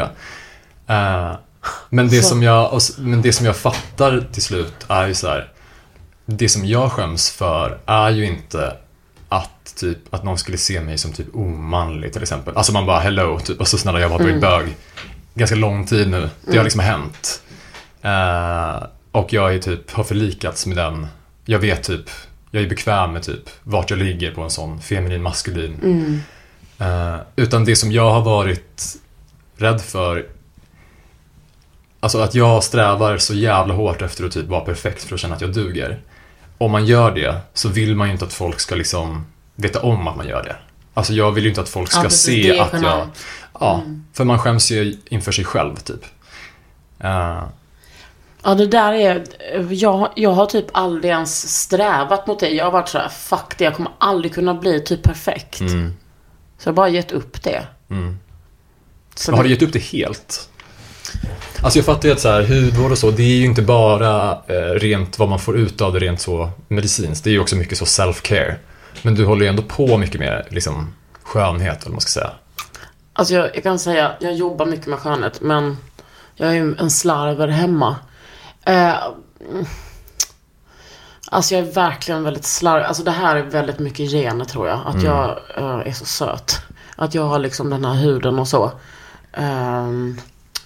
Uh, men, det så. Som jag, men det som jag fattar till slut är ju så här, det som jag skäms för är ju inte att typ att någon skulle se mig som typ omanlig till exempel. Alltså man bara hello typ, och så snälla jag har varit mm. bög ganska lång tid nu. Det mm. har liksom hänt. Uh, och jag är typ har förlikats med den. Jag vet typ, jag är bekväm med typ vart jag ligger på en sån feminin maskulin. Mm. Uh, utan det som jag har varit rädd för, alltså att jag strävar så jävla hårt efter att typ vara perfekt för att känna att jag duger. Om man gör det så vill man ju inte att folk ska liksom veta om att man gör det. Alltså jag vill ju inte att folk ska ja, se att jag... Ja, mm. för man skäms ju inför sig själv typ. Uh. Ja, det där är... Jag, jag har typ aldrig ens strävat mot det. Jag har varit så här, fuck det, jag kommer aldrig kunna bli typ perfekt. Mm. Så jag har bara gett upp det. Mm. Så har du gett upp det helt? Alltså jag fattar ju att så här, hudvård och så, det är ju inte bara eh, rent vad man får ut av det rent så medicinskt. Det är ju också mycket så self-care. Men du håller ju ändå på mycket med liksom skönhet, eller man ska säga. Alltså jag, jag kan säga, jag jobbar mycket med skönhet, men jag är ju en slarver hemma. Eh, alltså jag är verkligen väldigt slarv. Alltså det här är väldigt mycket gener tror jag. Att mm. jag eh, är så söt. Att jag har liksom den här huden och så. Um,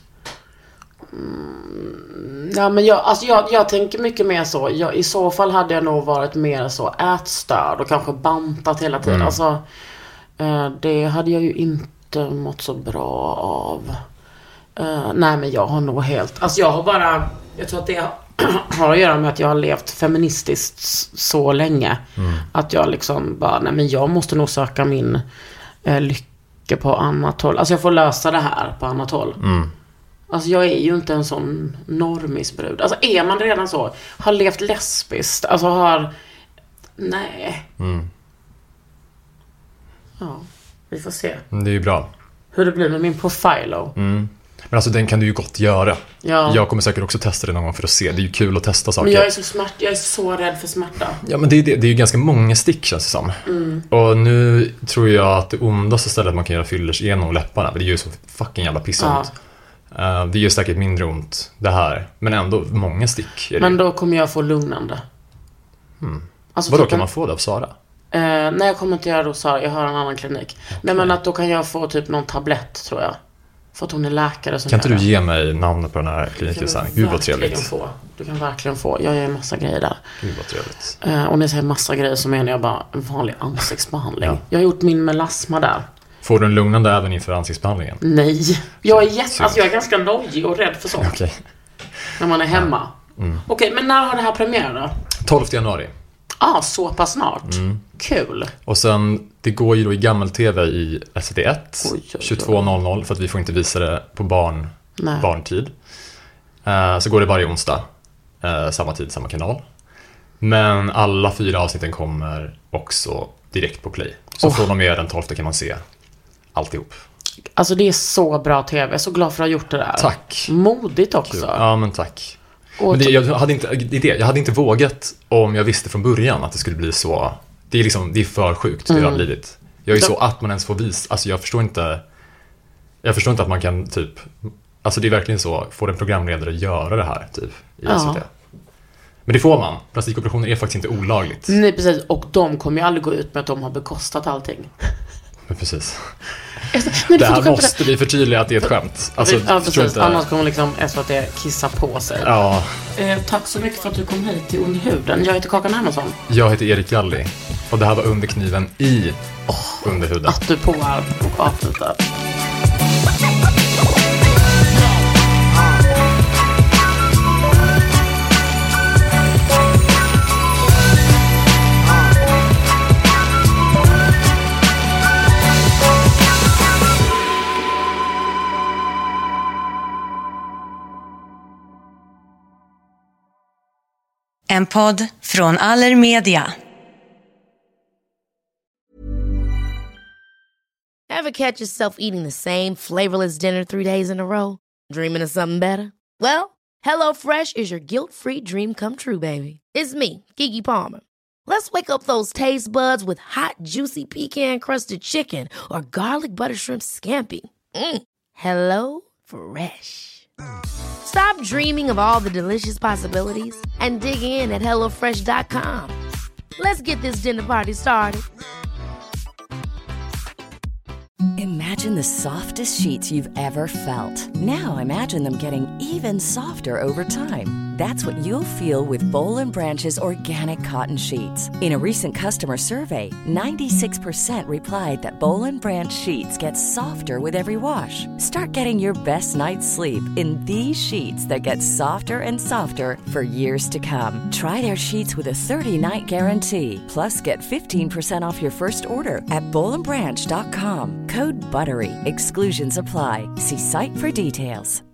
Mm, ja, men jag, alltså jag, jag tänker mycket mer så jag, i så fall hade jag nog varit mer så ätstörd och kanske bantat hela tiden. Mm. Alltså, eh, det hade jag ju inte mått så bra av. eh, Nej, men jag har nog helt, alltså jag har bara, jag tror att det har att göra med att jag har levt feministiskt så länge. Mm. Att jag liksom bara, nej men jag måste nog söka min eh, lycka på annat håll. Alltså jag får lösa det här på annat håll. Mm. Alltså jag är ju inte en sån normisbrud. Alltså är man redan så, har levt lesbiskt, alltså har, nej. Mm. Ja, vi får se. Det är ju bra. Hur det blir med min Profilo. Mm. Men alltså den kan du ju gott göra. Ja. Jag kommer säkert också testa det någon gång för att se. Det är ju kul att testa saker. Men jag är så smärt, jag är så rädd för smärta. Ja, men det är, det, det är ju ganska många stick, känns det som. Mm. Och nu tror jag att det ondaste stället man kan göra fillers genom läpparna. Det är ju så fucking jävla pissont. Ja. Uh, det gör säkert mindre ont det här. Men ändå många stick. Men då kommer jag få lugnande. Hmm. Alltså, vadå, typ kan man få det av Sara? Uh, nej, jag kommer inte göra det hos Sara. Jag har en annan klinik. Okay. Nej, men att då kan jag få typ någon tablett, tror jag. För att hon är läkare. Som kan inte du ge mig namnet på den här kliniken sen? Gud vad trevligt. Få. Du kan verkligen få. Jag gör en massa grejer där. Gud vad trevligt. Uh, och när jag säger massa grejer så menar jag bara en vanlig ansiktsbehandling. Ja. Jag har gjort min melasma där. Får du en lugnande även inför ansiktsbehandlingen? Nej. Jag är, jätt, alltså jag är ganska nojig och rädd för sånt. Okay. När man är hemma. Ja. Mm. Okej, okay, men när har det här premiär då? tolfte januari. Ah, så pass snart. Mm. Kul. Och sen, det går ju då i gammel-tv i S V T ett, tjugotvå noll noll, för att vi får inte visa det på barn, barntid. Uh, så går det varje onsdag, uh, samma tid, samma kanal. Men alla fyra avsnitten kommer också direkt på Play. Så oh. från och med den tolfte kan man se alltihop. Alltså det är så bra tv, jag är så glad för att ha gjort det där. Tack. Modigt också. Kul. Ja, men tack. Men det, jag, hade inte, det, jag hade inte vågat om jag visste från början att det skulle bli så. Det är liksom, det är för sjukt, det är mm. lidigt. Jag är så att man ens får visa. Alltså jag förstår inte. Jag förstår inte att man kan typ. Alltså det är verkligen så. Får en programledare göra det här typ i S V T. Ja. Men det får man. Plastikoperationer är faktiskt inte olagligt. Nej, precis. Och de kommer ju aldrig gå ut med att de har bekostat allting. Men precis. Men det här måste vi förtydliga att det är ett skämt. Alltså, ja, precis. Inte... Annars kommer liksom S V T kissa på sig. Ja. Eh, tack så mycket för att du kom hit till Under huden. Jag heter Kakan Hermansson. Jag heter Erik Galli. Och det här var Under kniven i oh, Under huden. Att du på och avslutar. En podd från Allermedia. Ever catch yourself eating the same flavorless dinner three days in a row? Dreaming of something better? Well, HelloFresh is your guilt-free dream come true, baby. It's me, Keke Palmer. Let's wake up those taste buds with hot, juicy pecan-crusted chicken or garlic butter shrimp scampi. Mm. Hello Fresh. Stop dreaming of all the delicious possibilities and dig in at hello fresh dot com. Let's get this dinner party started. Imagine the softest sheets you've ever felt. Now imagine them getting even softer over time. That's what you'll feel with Boll and Branch's organic cotton sheets. In a recent customer survey, ninety-six percent replied that Boll and Branch sheets get softer with every wash. Start getting your best night's sleep in these sheets that get softer and softer for years to come. Try their sheets with a thirty-night guarantee. Plus, get fifteen percent off your first order at boll and branch dot com. Code BUTTERY. Exclusions apply. See site for details.